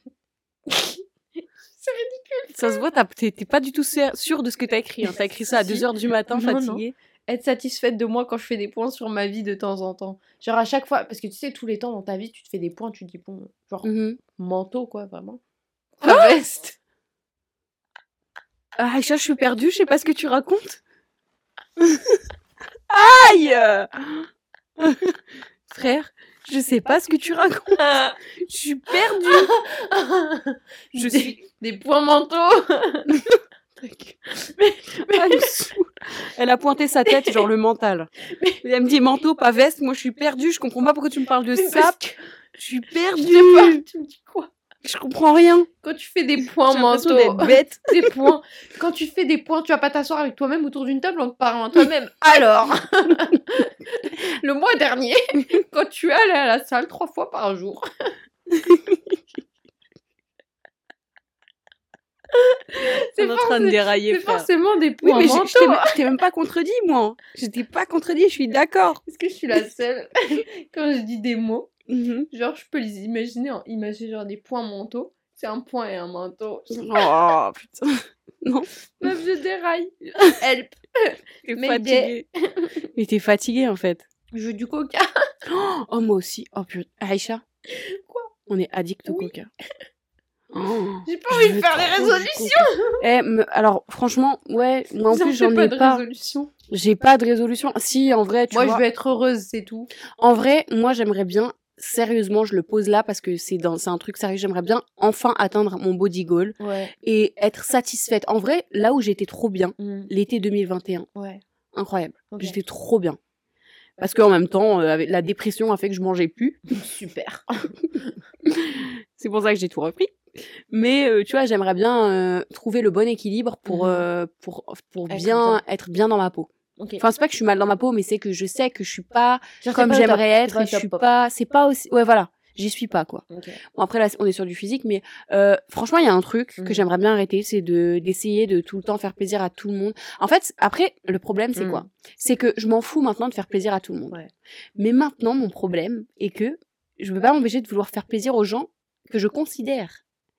C'est ridicule. Ça se voit, t'as- t'es t'es pas du tout sûr sûr de ce que t'as écrit. Hein. T'as écrit ça à Si. deux heures du matin, Non, fatiguée. Être satisfaite de moi quand je fais des points sur ma vie de temps en temps. Genre à chaque fois, parce que tu sais, tous les temps dans ta vie, tu te fais des points, tu te dis, bon, genre Mhm. manteau, quoi, vraiment. Ta veste. Ah, Aïcha, je suis perdue, je sais pas ce que tu racontes. Aïe. Frère, je sais pas ce que tu racontes. Je suis perdue. Je Des- suis... Des points manteaux. Ah, elle me saoule. Elle a pointé sa tête, genre le mental. Elle me dit manteau, pas veste. Moi, je suis perdue. Je comprends pas pourquoi tu me parles de Mais ça. parce que- Je suis Je sais pas, perdue. tu me dis quoi? Je comprends rien. Quand tu fais des points J'ai l'impression manteaux. d'être bête. Des points. Quand tu fais des points, tu vas pas t'asseoir avec toi-même autour d'une table en te parlant à toi-même. Alors, le mois dernier, quand tu es allé à la salle trois fois par jour. On est en train de forcé- dérailler, C'est frère. forcément des Oui, points mais je- je manteaux. t'ai même- je t'ai même pas contredit, moi. Je t'ai pas contredit, je suis d'accord. Est-ce que je suis la seule quand je dis des mots? Mhm. Genre, je peux les imaginer en imaginer genre des points manteaux. C'est un point et un manteau. Oh, putain. Meuf, je déraille. Help. T'es Mais fatiguée. Mais t'es fatiguée, en fait. Je veux du coca. Oh, moi aussi. Oh, putain. Aïcha. Quoi? On est addict au Oui. coca. Oh, J'ai pas je envie de veux faire les trop du résolutions. coca. Eh, me- alors, franchement, ouais, moi en J'en plus, fais j'en pas ai de pas. résolution. J'ai pas de résolution. Si, en vrai, tu Moi, vois. je veux être heureuse, c'est tout. En vrai, moi, j'aimerais bien, sérieusement, je le pose là parce que c'est dans, c'est un truc sérieux. J'aimerais bien enfin atteindre mon body goal Ouais. et être satisfaite. En vrai, là où j'étais trop bien, l'été deux mille vingt et un, Ouais. incroyable. Ok. J'étais trop bien. Parce qu'en même temps, euh, avec la dépression a fait que je mangeais plus. Super. C'est pour ça que j'ai tout repris. Mais euh, tu vois, j'aimerais bien euh, trouver le bon équilibre pour Mhm. euh, pour pour Être bien bien. être bien dans ma peau. Ok. Enfin, c'est pas que je suis mal dans ma peau, mais c'est que je sais que je suis pas Genre, comme c'est pas le j'aimerais top, être c'est pas et le je top suis pop. pas c'est pas aussi ouais voilà, j'y suis pas quoi. Ok. Bon, après là, on est sur du physique, mais euh, franchement, il y a un truc Mhm. que j'aimerais bien arrêter, c'est de d'essayer de tout le temps faire plaisir à tout le monde. En fait, après, le problème, c'est Mhm. quoi? C'est que je m'en fous maintenant de faire plaisir à tout le monde. Ouais. Mais maintenant, mon problème est que je ne peux pas m'empêcher de vouloir faire plaisir aux gens que je considère.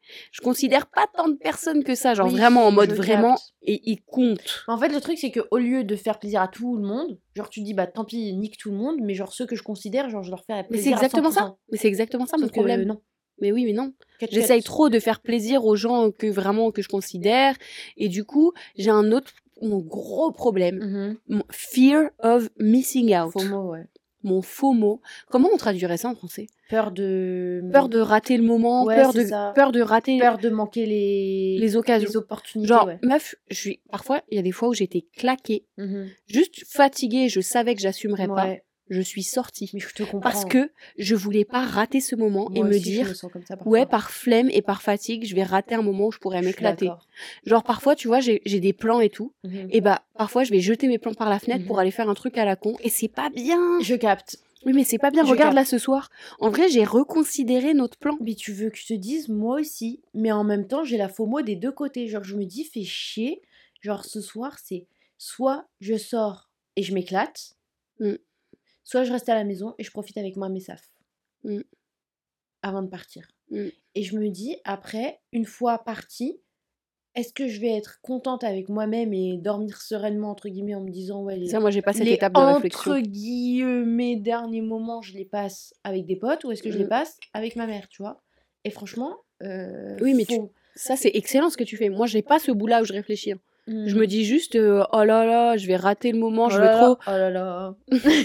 Je considère pas tant de personnes que ça, genre Oui, vraiment en mode je vraiment, capte. et ils comptent. En fait, le truc, c'est qu'au lieu de faire plaisir à tout le monde, genre tu dis, bah tant pis, nique tout le monde, mais genre ceux que je considère, genre je leur fais Mais c'est plaisir à cent exactement pour ça. cent. Mais c'est exactement ça mon Sauf que problème. non. Mais oui, mais non. Cut, J'essaye cut. trop de faire plaisir aux gens que vraiment que je considère. Et du coup, j'ai un autre, mon gros problème. Mhm. Mon fear of missing out. FOMO, ouais. Mon FOMO. Comment on traduirait ça en français? Peur de... Peur de rater le moment, Ouais, peur c'est de ça. peur de rater Peur de manquer les... les occasions. les opportunités, Genre, ouais. meuf, je suis parfois il y a des fois où j'étais claquée, Mhm. juste fatiguée, je savais que j'assumerais pas. Ouais. Je suis sortie Mais je te comprends. parce que je voulais pas rater ce moment Moi et me aussi, je dire me sens comme ça parfois. ouais, par flemme et par fatigue, je vais rater un moment où je pourrais Je suis m'éclater. d'accord. Genre parfois, tu vois, j'ai j'ai des plans et tout, Mhm. et bah parfois je vais jeter mes plans par la fenêtre pour Mhm. aller faire un truc à la con et c'est pas bien. Je capte. Oui, mais c'est pas bien. Je Regarde capte. là ce soir. En vrai, j'ai reconsidéré notre plan. Mais tu veux que je te dise, moi aussi. Mais en même temps, j'ai la FOMO des deux côtés. Genre, je me dis, fais chier. Genre, ce soir, c'est soit je sors et je m'éclate, Mm. soit je reste à la maison et je profite avec moi mes safs Mm. avant de partir. Mm. Et je me dis, après, une fois partie, est-ce que je vais être contente avec moi-même et dormir sereinement, entre guillemets, en me disant, ouais, les, Ça, moi, j'ai pas cette les étape de réflexion. entre guillemets derniers moments, je les passe avec des potes ou est-ce que je les Mm. passe avec ma mère, tu vois? Et franchement, euh, Oui, mais tu- faut... ça, c'est excellent ce que tu fais. Moi, j'ai pas ce bout-là où je réfléchis. hein. Hmm. Je me dis juste, euh, oh là là, je vais rater le moment, Oh je là veux là, trop. oh là là.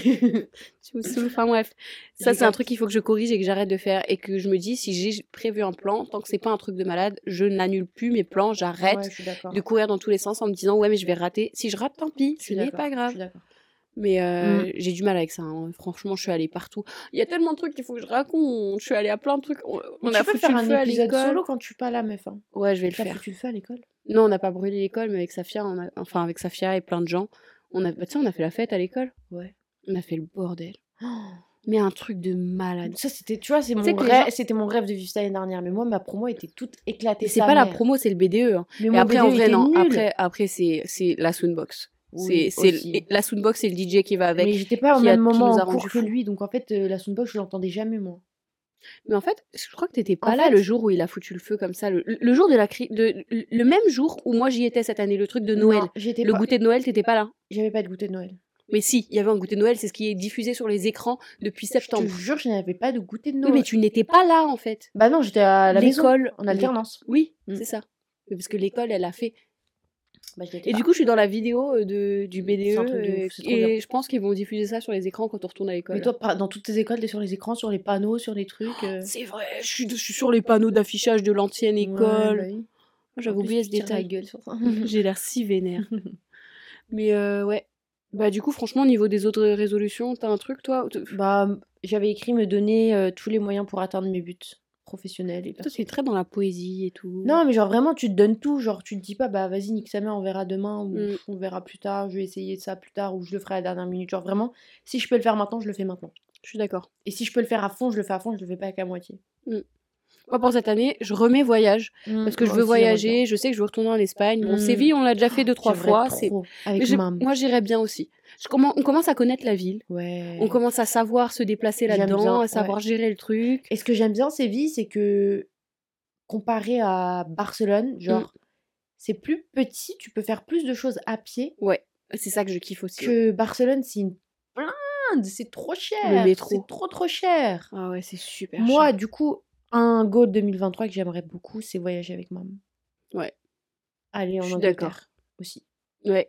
Tu me saoules. Enfin bref, Je ça c'est un capte. truc qu'il faut que je corrige et que j'arrête de faire et que je me dis si j'ai prévu un plan, tant que c'est pas un truc de malade, je n'annule plus mes plans, j'arrête Ouais, je suis d'accord. de courir dans tous les sens en me disant ouais mais je vais rater. Si je rate, tant pis, Je ce suis n'est d'accord, pas je grave. suis d'accord. Mais euh, Mm. j'ai du mal avec ça. hein. Franchement, je suis allée partout. Il y a tellement de trucs qu'il faut que je raconte. Je suis allée à plein de trucs. On, on Mais a tu peux foutu faire le un feu à épisode l'école. solo quand tu es pas là, meuf. Hein. Ouais, je vais le T'as faire. foutu le feu à l'école? Non, on n'a pas brûlé l'école, mais avec Safia, on a... enfin avec Safia et plein de gens, on a, bah, tu sais, on a fait la fête à l'école. Ouais. On a fait le bordel. Oh. Mais un truc de malade. Ça, c'était, tu vois, c'est mon sais que les rêve, gens- c'était mon rêve de vivre ça l'année dernière. Mais moi, ma promo était toute éclatée. Mais c'est sa pas la mère. promo, c'est le B D E. hein. Mais Et mon après, B D E en vrai, était non. nul. Après, après c'est, c'est la Soundbox. Oui, c'est, c'est aussi. l- la Soundbox, c'est le D J qui va avec. Mais j'étais pas au qui a- même qui moment nous a en cours rendu que fous. lui, donc en fait, euh, la Soundbox, je l'entendais jamais, moi. Mais en fait, je crois que t'étais pas En là fait- le jour où il a foutu le feu comme ça. Le, le jour de la cri... de, le même jour où moi j'y étais cette année, le truc de Noël. Non, j'étais Le pas... goûter de Noël, t'étais pas là. J'avais pas de goûter de Noël. Mais si, il y avait un goûter de Noël, c'est ce qui est diffusé sur les écrans depuis Je te septembre. jure, je n'avais pas de goûter de Oui, Noël. mais tu n'étais pas là en fait. Bah non, j'étais à la maison, L'école, en alternance. Oui, Mm. c'est ça. Parce que l'école, elle a fait. Bah, je l'étais Et pas. du coup, je suis dans la vidéo euh, de, du B D C'est E un truc de euh, ouf, c'est trop et bien. je pense qu'ils vont diffuser ça sur les écrans quand on retourne à l'école. Mais toi, pas- dans toutes tes écoles, t'es sur les écrans, sur les panneaux, sur les trucs. euh. C'est vrai, je suis, je suis sur les panneaux d'affichage de l'ancienne Ouais, école. bah oui. J'avais En plus, oublié tu ce tires la détail. gueule sur ça. J'ai l'air si vénère. Mais euh, ouais. Bah du coup, franchement, au niveau des autres résolutions, t'as un truc, toi? T- Bah, j'avais écrit me donner euh, tous les moyens pour atteindre mes buts professionnels et Toi, perso. t'es très dans la poésie et tout. Non, mais genre vraiment, tu te donnes tout. Genre, tu te dis pas, bah vas-y, nique sa mère, on verra demain, ou Mm. on verra plus tard, je vais essayer ça plus tard, ou je le ferai à la dernière minute. Genre vraiment, si je peux le faire maintenant, je le fais maintenant. Je suis d'accord. Et si je peux le faire à fond, je le fais à fond, je le fais pas qu'à moitié. Moi, pour cette année, je remets voyage. Parce que je veux voyager, je sais que je veux retourner en Espagne. Bon, Mm. Séville, on l'a déjà fait deux, trois fois. C'est... Trop. Mais Avec j'ai- mam. moi, j'irais bien aussi. Je commen- On commence à connaître la ville. Ouais. On commence à savoir se déplacer J'aime là-dedans, bien, à savoir gérer le truc. Et ce que j'aime bien, Séville, c'est que comparé à Barcelone, genre, c'est plus petit, tu peux faire plus de choses à pied Ouais, c'est ça que je kiffe aussi. que Barcelone, c'est une blinde, c'est trop cher. Le métro. C'est trop trop cher. Ah ouais, c'est super Moi, cher. du coup, un goal deux mille vingt-trois que j'aimerais beaucoup, c'est voyager avec maman. Ouais. Aller en Je suis Angleterre d'accord. aussi. Ouais.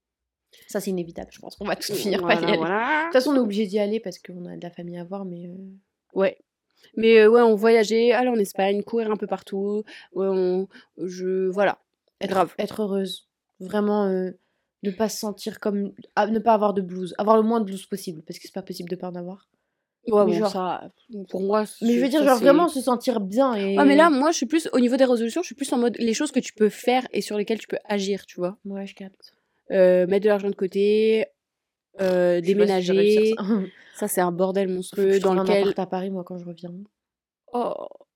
Ça, c'est inévitable, je pense qu'on va tous finir par y Voilà, aller. voilà. De toute façon, on est obligé d'y aller parce qu'on a de la famille à voir, mais... euh, Ouais. Mais euh, ouais, on voyageait, aller en Espagne, courir un peu partout. Ouais, on... Je... Voilà. être, Grave. être heureuse. Vraiment, euh, ne pas se sentir comme... ah, ne pas avoir de blues. Avoir le moins de blues possible, parce que c'est pas possible de pas en avoir. Ouais, Mais bon, genre- ça, pour moi... Mais je veux dire, ça, genre c'est- vraiment se sentir bien et... Ouais, mais là, moi, je suis plus... Au niveau des résolutions, je suis plus en mode les choses que tu peux faire et sur lesquelles tu peux agir, tu vois. Ouais, je capte. Euh, mettre de l'argent de côté, euh, Je sais pas si je vais réussir déménager. ça. Ça, c'est un bordel Faut que monstrueux je dans trouve un lequel... appart à Paris, moi, quand je reviens. Oh,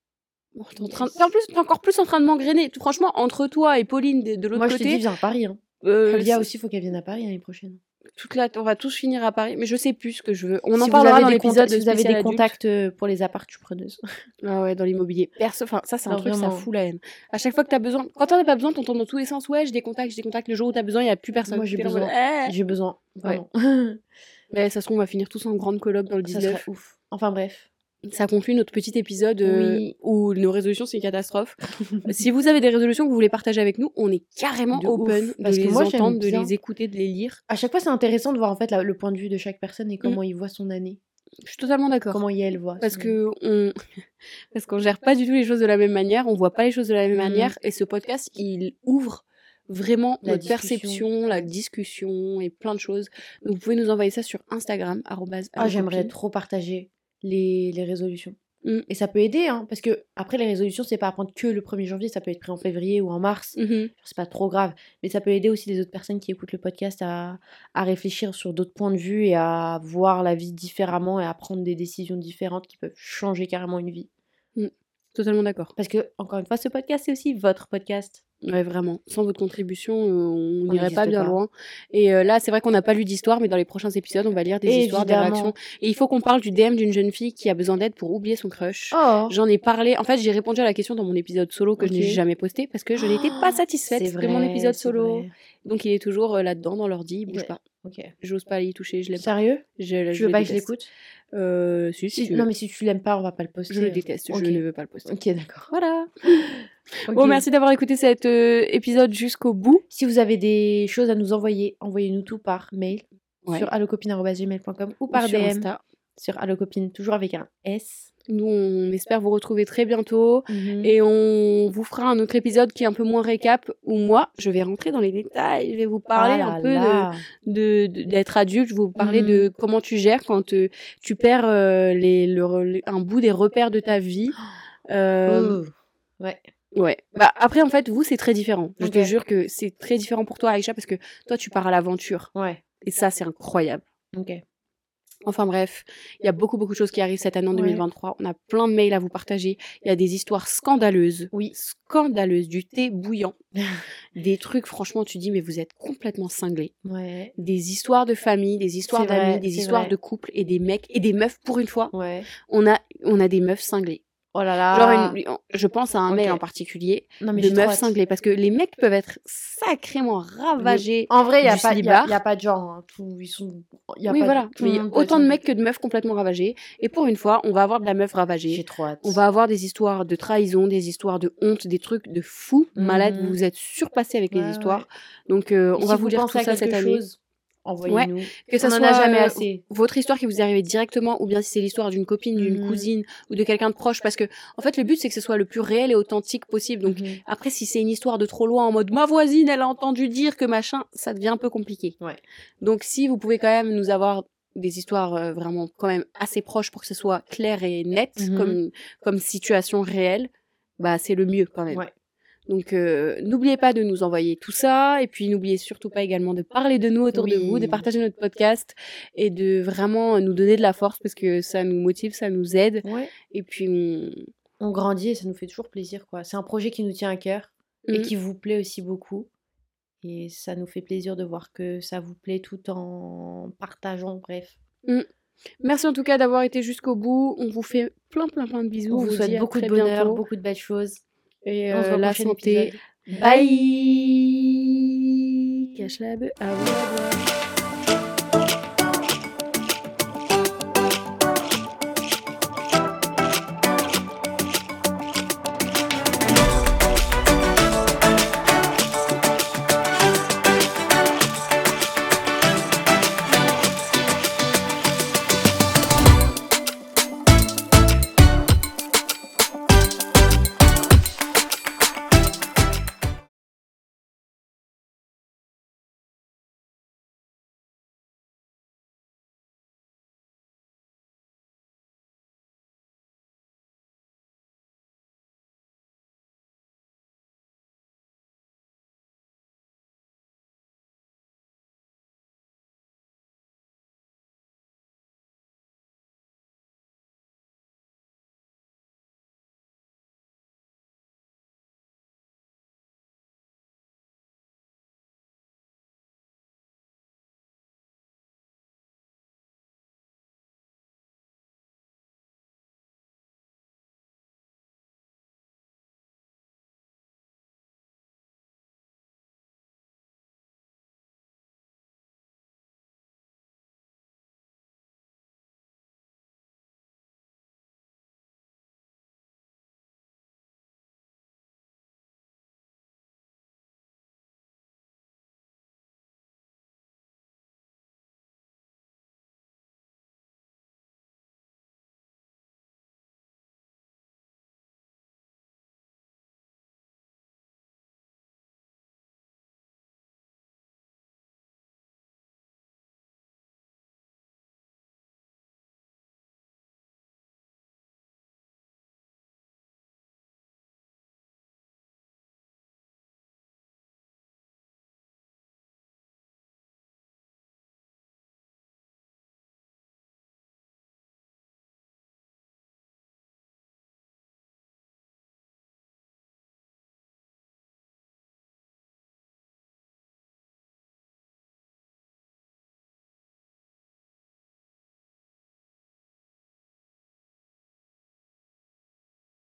Oh, t'es en train de- t'es en plus, t'es encore plus en train de m'engrainer. Franchement, entre toi et Pauline de, de l'autre Moi, je te dis, côté, viens à Paris. Hein. euh, Kalia c'est- aussi, faut qu'elle vienne à Paris l'année prochaine. toute la... on va tous finir à Paris, mais je sais plus ce que je veux. On en Si vous parlera avez dans des l'épisode conta- si vous avez spécial des adulte. contacts euh, pour les apparts, je suis preneuse. Ah ouais, dans l'immobilier. Perso, enfin, ça, c'est un Non, truc, ça vraiment. fout la haine. À chaque fois que t'as besoin, quand t'en as pas besoin, t'entends dans tous les sens, ouais, j'ai des contacts, j'ai des contacts. Le jour où t'as besoin, il y a plus personne. Moi, j'ai T'es là en besoin. mode, Eh J'ai besoin. Vraiment. Mais ça se trouve, on va finir tous en grande colloque dans le Ça dix-neuf. serait ouf. Enfin bref. Ça conclut notre petit épisode euh, Oui. où nos résolutions, c'est une catastrophe. Si vous avez des résolutions que vous voulez partager avec nous, on est carrément De open ouf. de Parce que les moi, j'aime entendre, de bien. les écouter, de les lire. À chaque fois, c'est intéressant de voir en fait la- le point de vue de chaque personne et comment il voit son année. Je suis totalement d'accord. Comment il, elle voit. Parce son que on... parce qu'on gère pas du tout les choses de la même manière, on voit pas les choses de la même Mhm. manière, et ce podcast, il ouvre vraiment La notre discussion. perception, la discussion et plein de choses. Donc vous pouvez nous envoyer ça sur Instagram, arobase Ah, j'aimerais allocopine. trop partager les, les résolutions. Mm. Et ça peut aider, hein, parce que après, les résolutions, c'est pas à prendre que le premier janvier, ça peut être pris en février ou en mars. Mhm. C'est pas trop grave. Mais ça peut aider aussi les autres personnes qui écoutent le podcast à, à réfléchir sur d'autres points de vue et à voir la vie différemment et à prendre des décisions différentes qui peuvent changer carrément une vie. Totalement d'accord. Parce que, encore une fois, ce podcast, c'est aussi votre podcast. Ouais, vraiment. Sans votre contribution, euh, on On n'irait pas n'existe bien pas. loin. Et euh, là, c'est vrai qu'on n'a pas lu d'histoire, mais dans les prochains épisodes, on va lire des histoires, des Évidemment. réactions. Et il faut qu'on parle du D M d'une jeune fille qui a besoin d'aide pour oublier son crush. Oh J'en ai parlé. En fait, j'ai répondu à la question dans mon épisode solo que je n'ai Ok. jamais posté parce que je n'étais pas satisfaite C'est de mon vrai, épisode c'est solo. vrai. Donc, il est toujours euh, là-dedans, dans l'ordi, il bouge Ouais. pas. Ok. J'ose pas y toucher, je l'aime pas. Sérieux Je, Tu veux le pas que je déteste. l'écoute Euh, si, si, Si- tu veux. Non, mais si tu l'aimes pas, on va pas le poster. Je le déteste, Ok. je ne veux pas le poster. Ok, d'accord. Voilà. Ok. Bon, merci d'avoir écouté cet euh, épisode jusqu'au bout. Si vous avez des choses à nous envoyer, envoyez-nous tout par mail Ouais. sur allocopine arobase gmail point com ou Ou par sur D M Insta. sur allocopine, toujours avec un S. Nous, on espère vous retrouver très bientôt. Et Et on vous fera un autre épisode qui est un peu moins récap, où moi, je vais rentrer dans les détails, je vais vous parler un peu de, de, de- d'être adulte, je vais vous parler Mhm. de comment tu gères quand euh, tu perds euh, les, le re- un bout des repères de ta vie. Euh, Ouais. Ouais. Bah, après, en fait, vous, c'est très différent. Je te Ok. jure que c'est très différent pour toi, Aïcha, parce que toi, tu pars à l'aventure. Ouais. Et ça, c'est incroyable. Ok. Enfin bref, il y a beaucoup beaucoup de choses qui arrivent cette année en Ouais. deux mille vingt-trois. On a plein de mails à vous partager. Il y a des histoires scandaleuses. Oui. Scandaleuses, du thé bouillant. Des trucs, franchement, tu dis, mais vous êtes complètement cinglés. Ouais. Des histoires de famille, des histoires C'est d'amis, vrai, des c'est histoires vrai. de couple et des mecs et des meufs pour une fois. Ouais. On a, on a des meufs cinglées. Oh là là. Genre, une- je pense à un Ok. mail en particulier non, mais de j'ai trop meufs hâte. cinglées parce que les mecs peuvent être sacrément ravagés. En vrai, il n'y a, du pas- y a, célibat. y a pas de genre. hein. Tout, ils sont... y a Oui, pas voilà. De... tout Mais le il y a monde peut être autant de cinglé. mecs que de meufs complètement ravagés. Et pour une fois, on va avoir de la meuf ravagée. J'ai trop hâte. On va avoir des histoires de trahison, des histoires de honte, des trucs de fous, malades. Mhm. Vous vous êtes surpassés avec Ouais, les histoires. ouais. Donc, euh, Et on va si vous lire tout pensez à ça cette quelque année. chose, envoyez-nous. Que ça On en soit a jamais euh, assez. votre histoire qui vous est arrivée directement, ou bien si c'est l'histoire d'une copine, d'une Mhm. cousine, ou de quelqu'un de proche. Parce que, en fait, le but, c'est que ce soit le plus réel et authentique possible. Donc, Mhm. après, si c'est une histoire de trop loin, en mode ma voisine, elle a entendu dire que machin, ça devient un peu compliqué. Ouais. Donc, si vous pouvez quand même nous avoir des histoires euh, vraiment quand même assez proches pour que ce soit clair et net Mhm. comme, comme situation réelle, bah c'est le mieux quand même. Ouais. Donc, euh, n'oubliez pas de nous envoyer tout ça. Et puis, n'oubliez surtout pas également de parler de nous autour de Oui. vous, de partager notre podcast et de vraiment nous donner de la force parce que ça nous motive, ça nous aide. Ouais. Et puis, on... On grandit et ça nous fait toujours plaisir, quoi. C'est un projet qui nous tient à cœur et Mhm. qui vous plaît aussi beaucoup. Et ça nous fait plaisir de voir que ça vous plaît tout en partageant, bref. Merci en tout cas d'avoir été jusqu'au bout. On vous fait plein, plein, plein de bisous. On vous dit souhaite à beaucoup de très bonheur, bientôt. beaucoup de belles choses. Et On se euh, voit au la prochain santé. épisode. Bye. Cache la beuh. Ah ouais.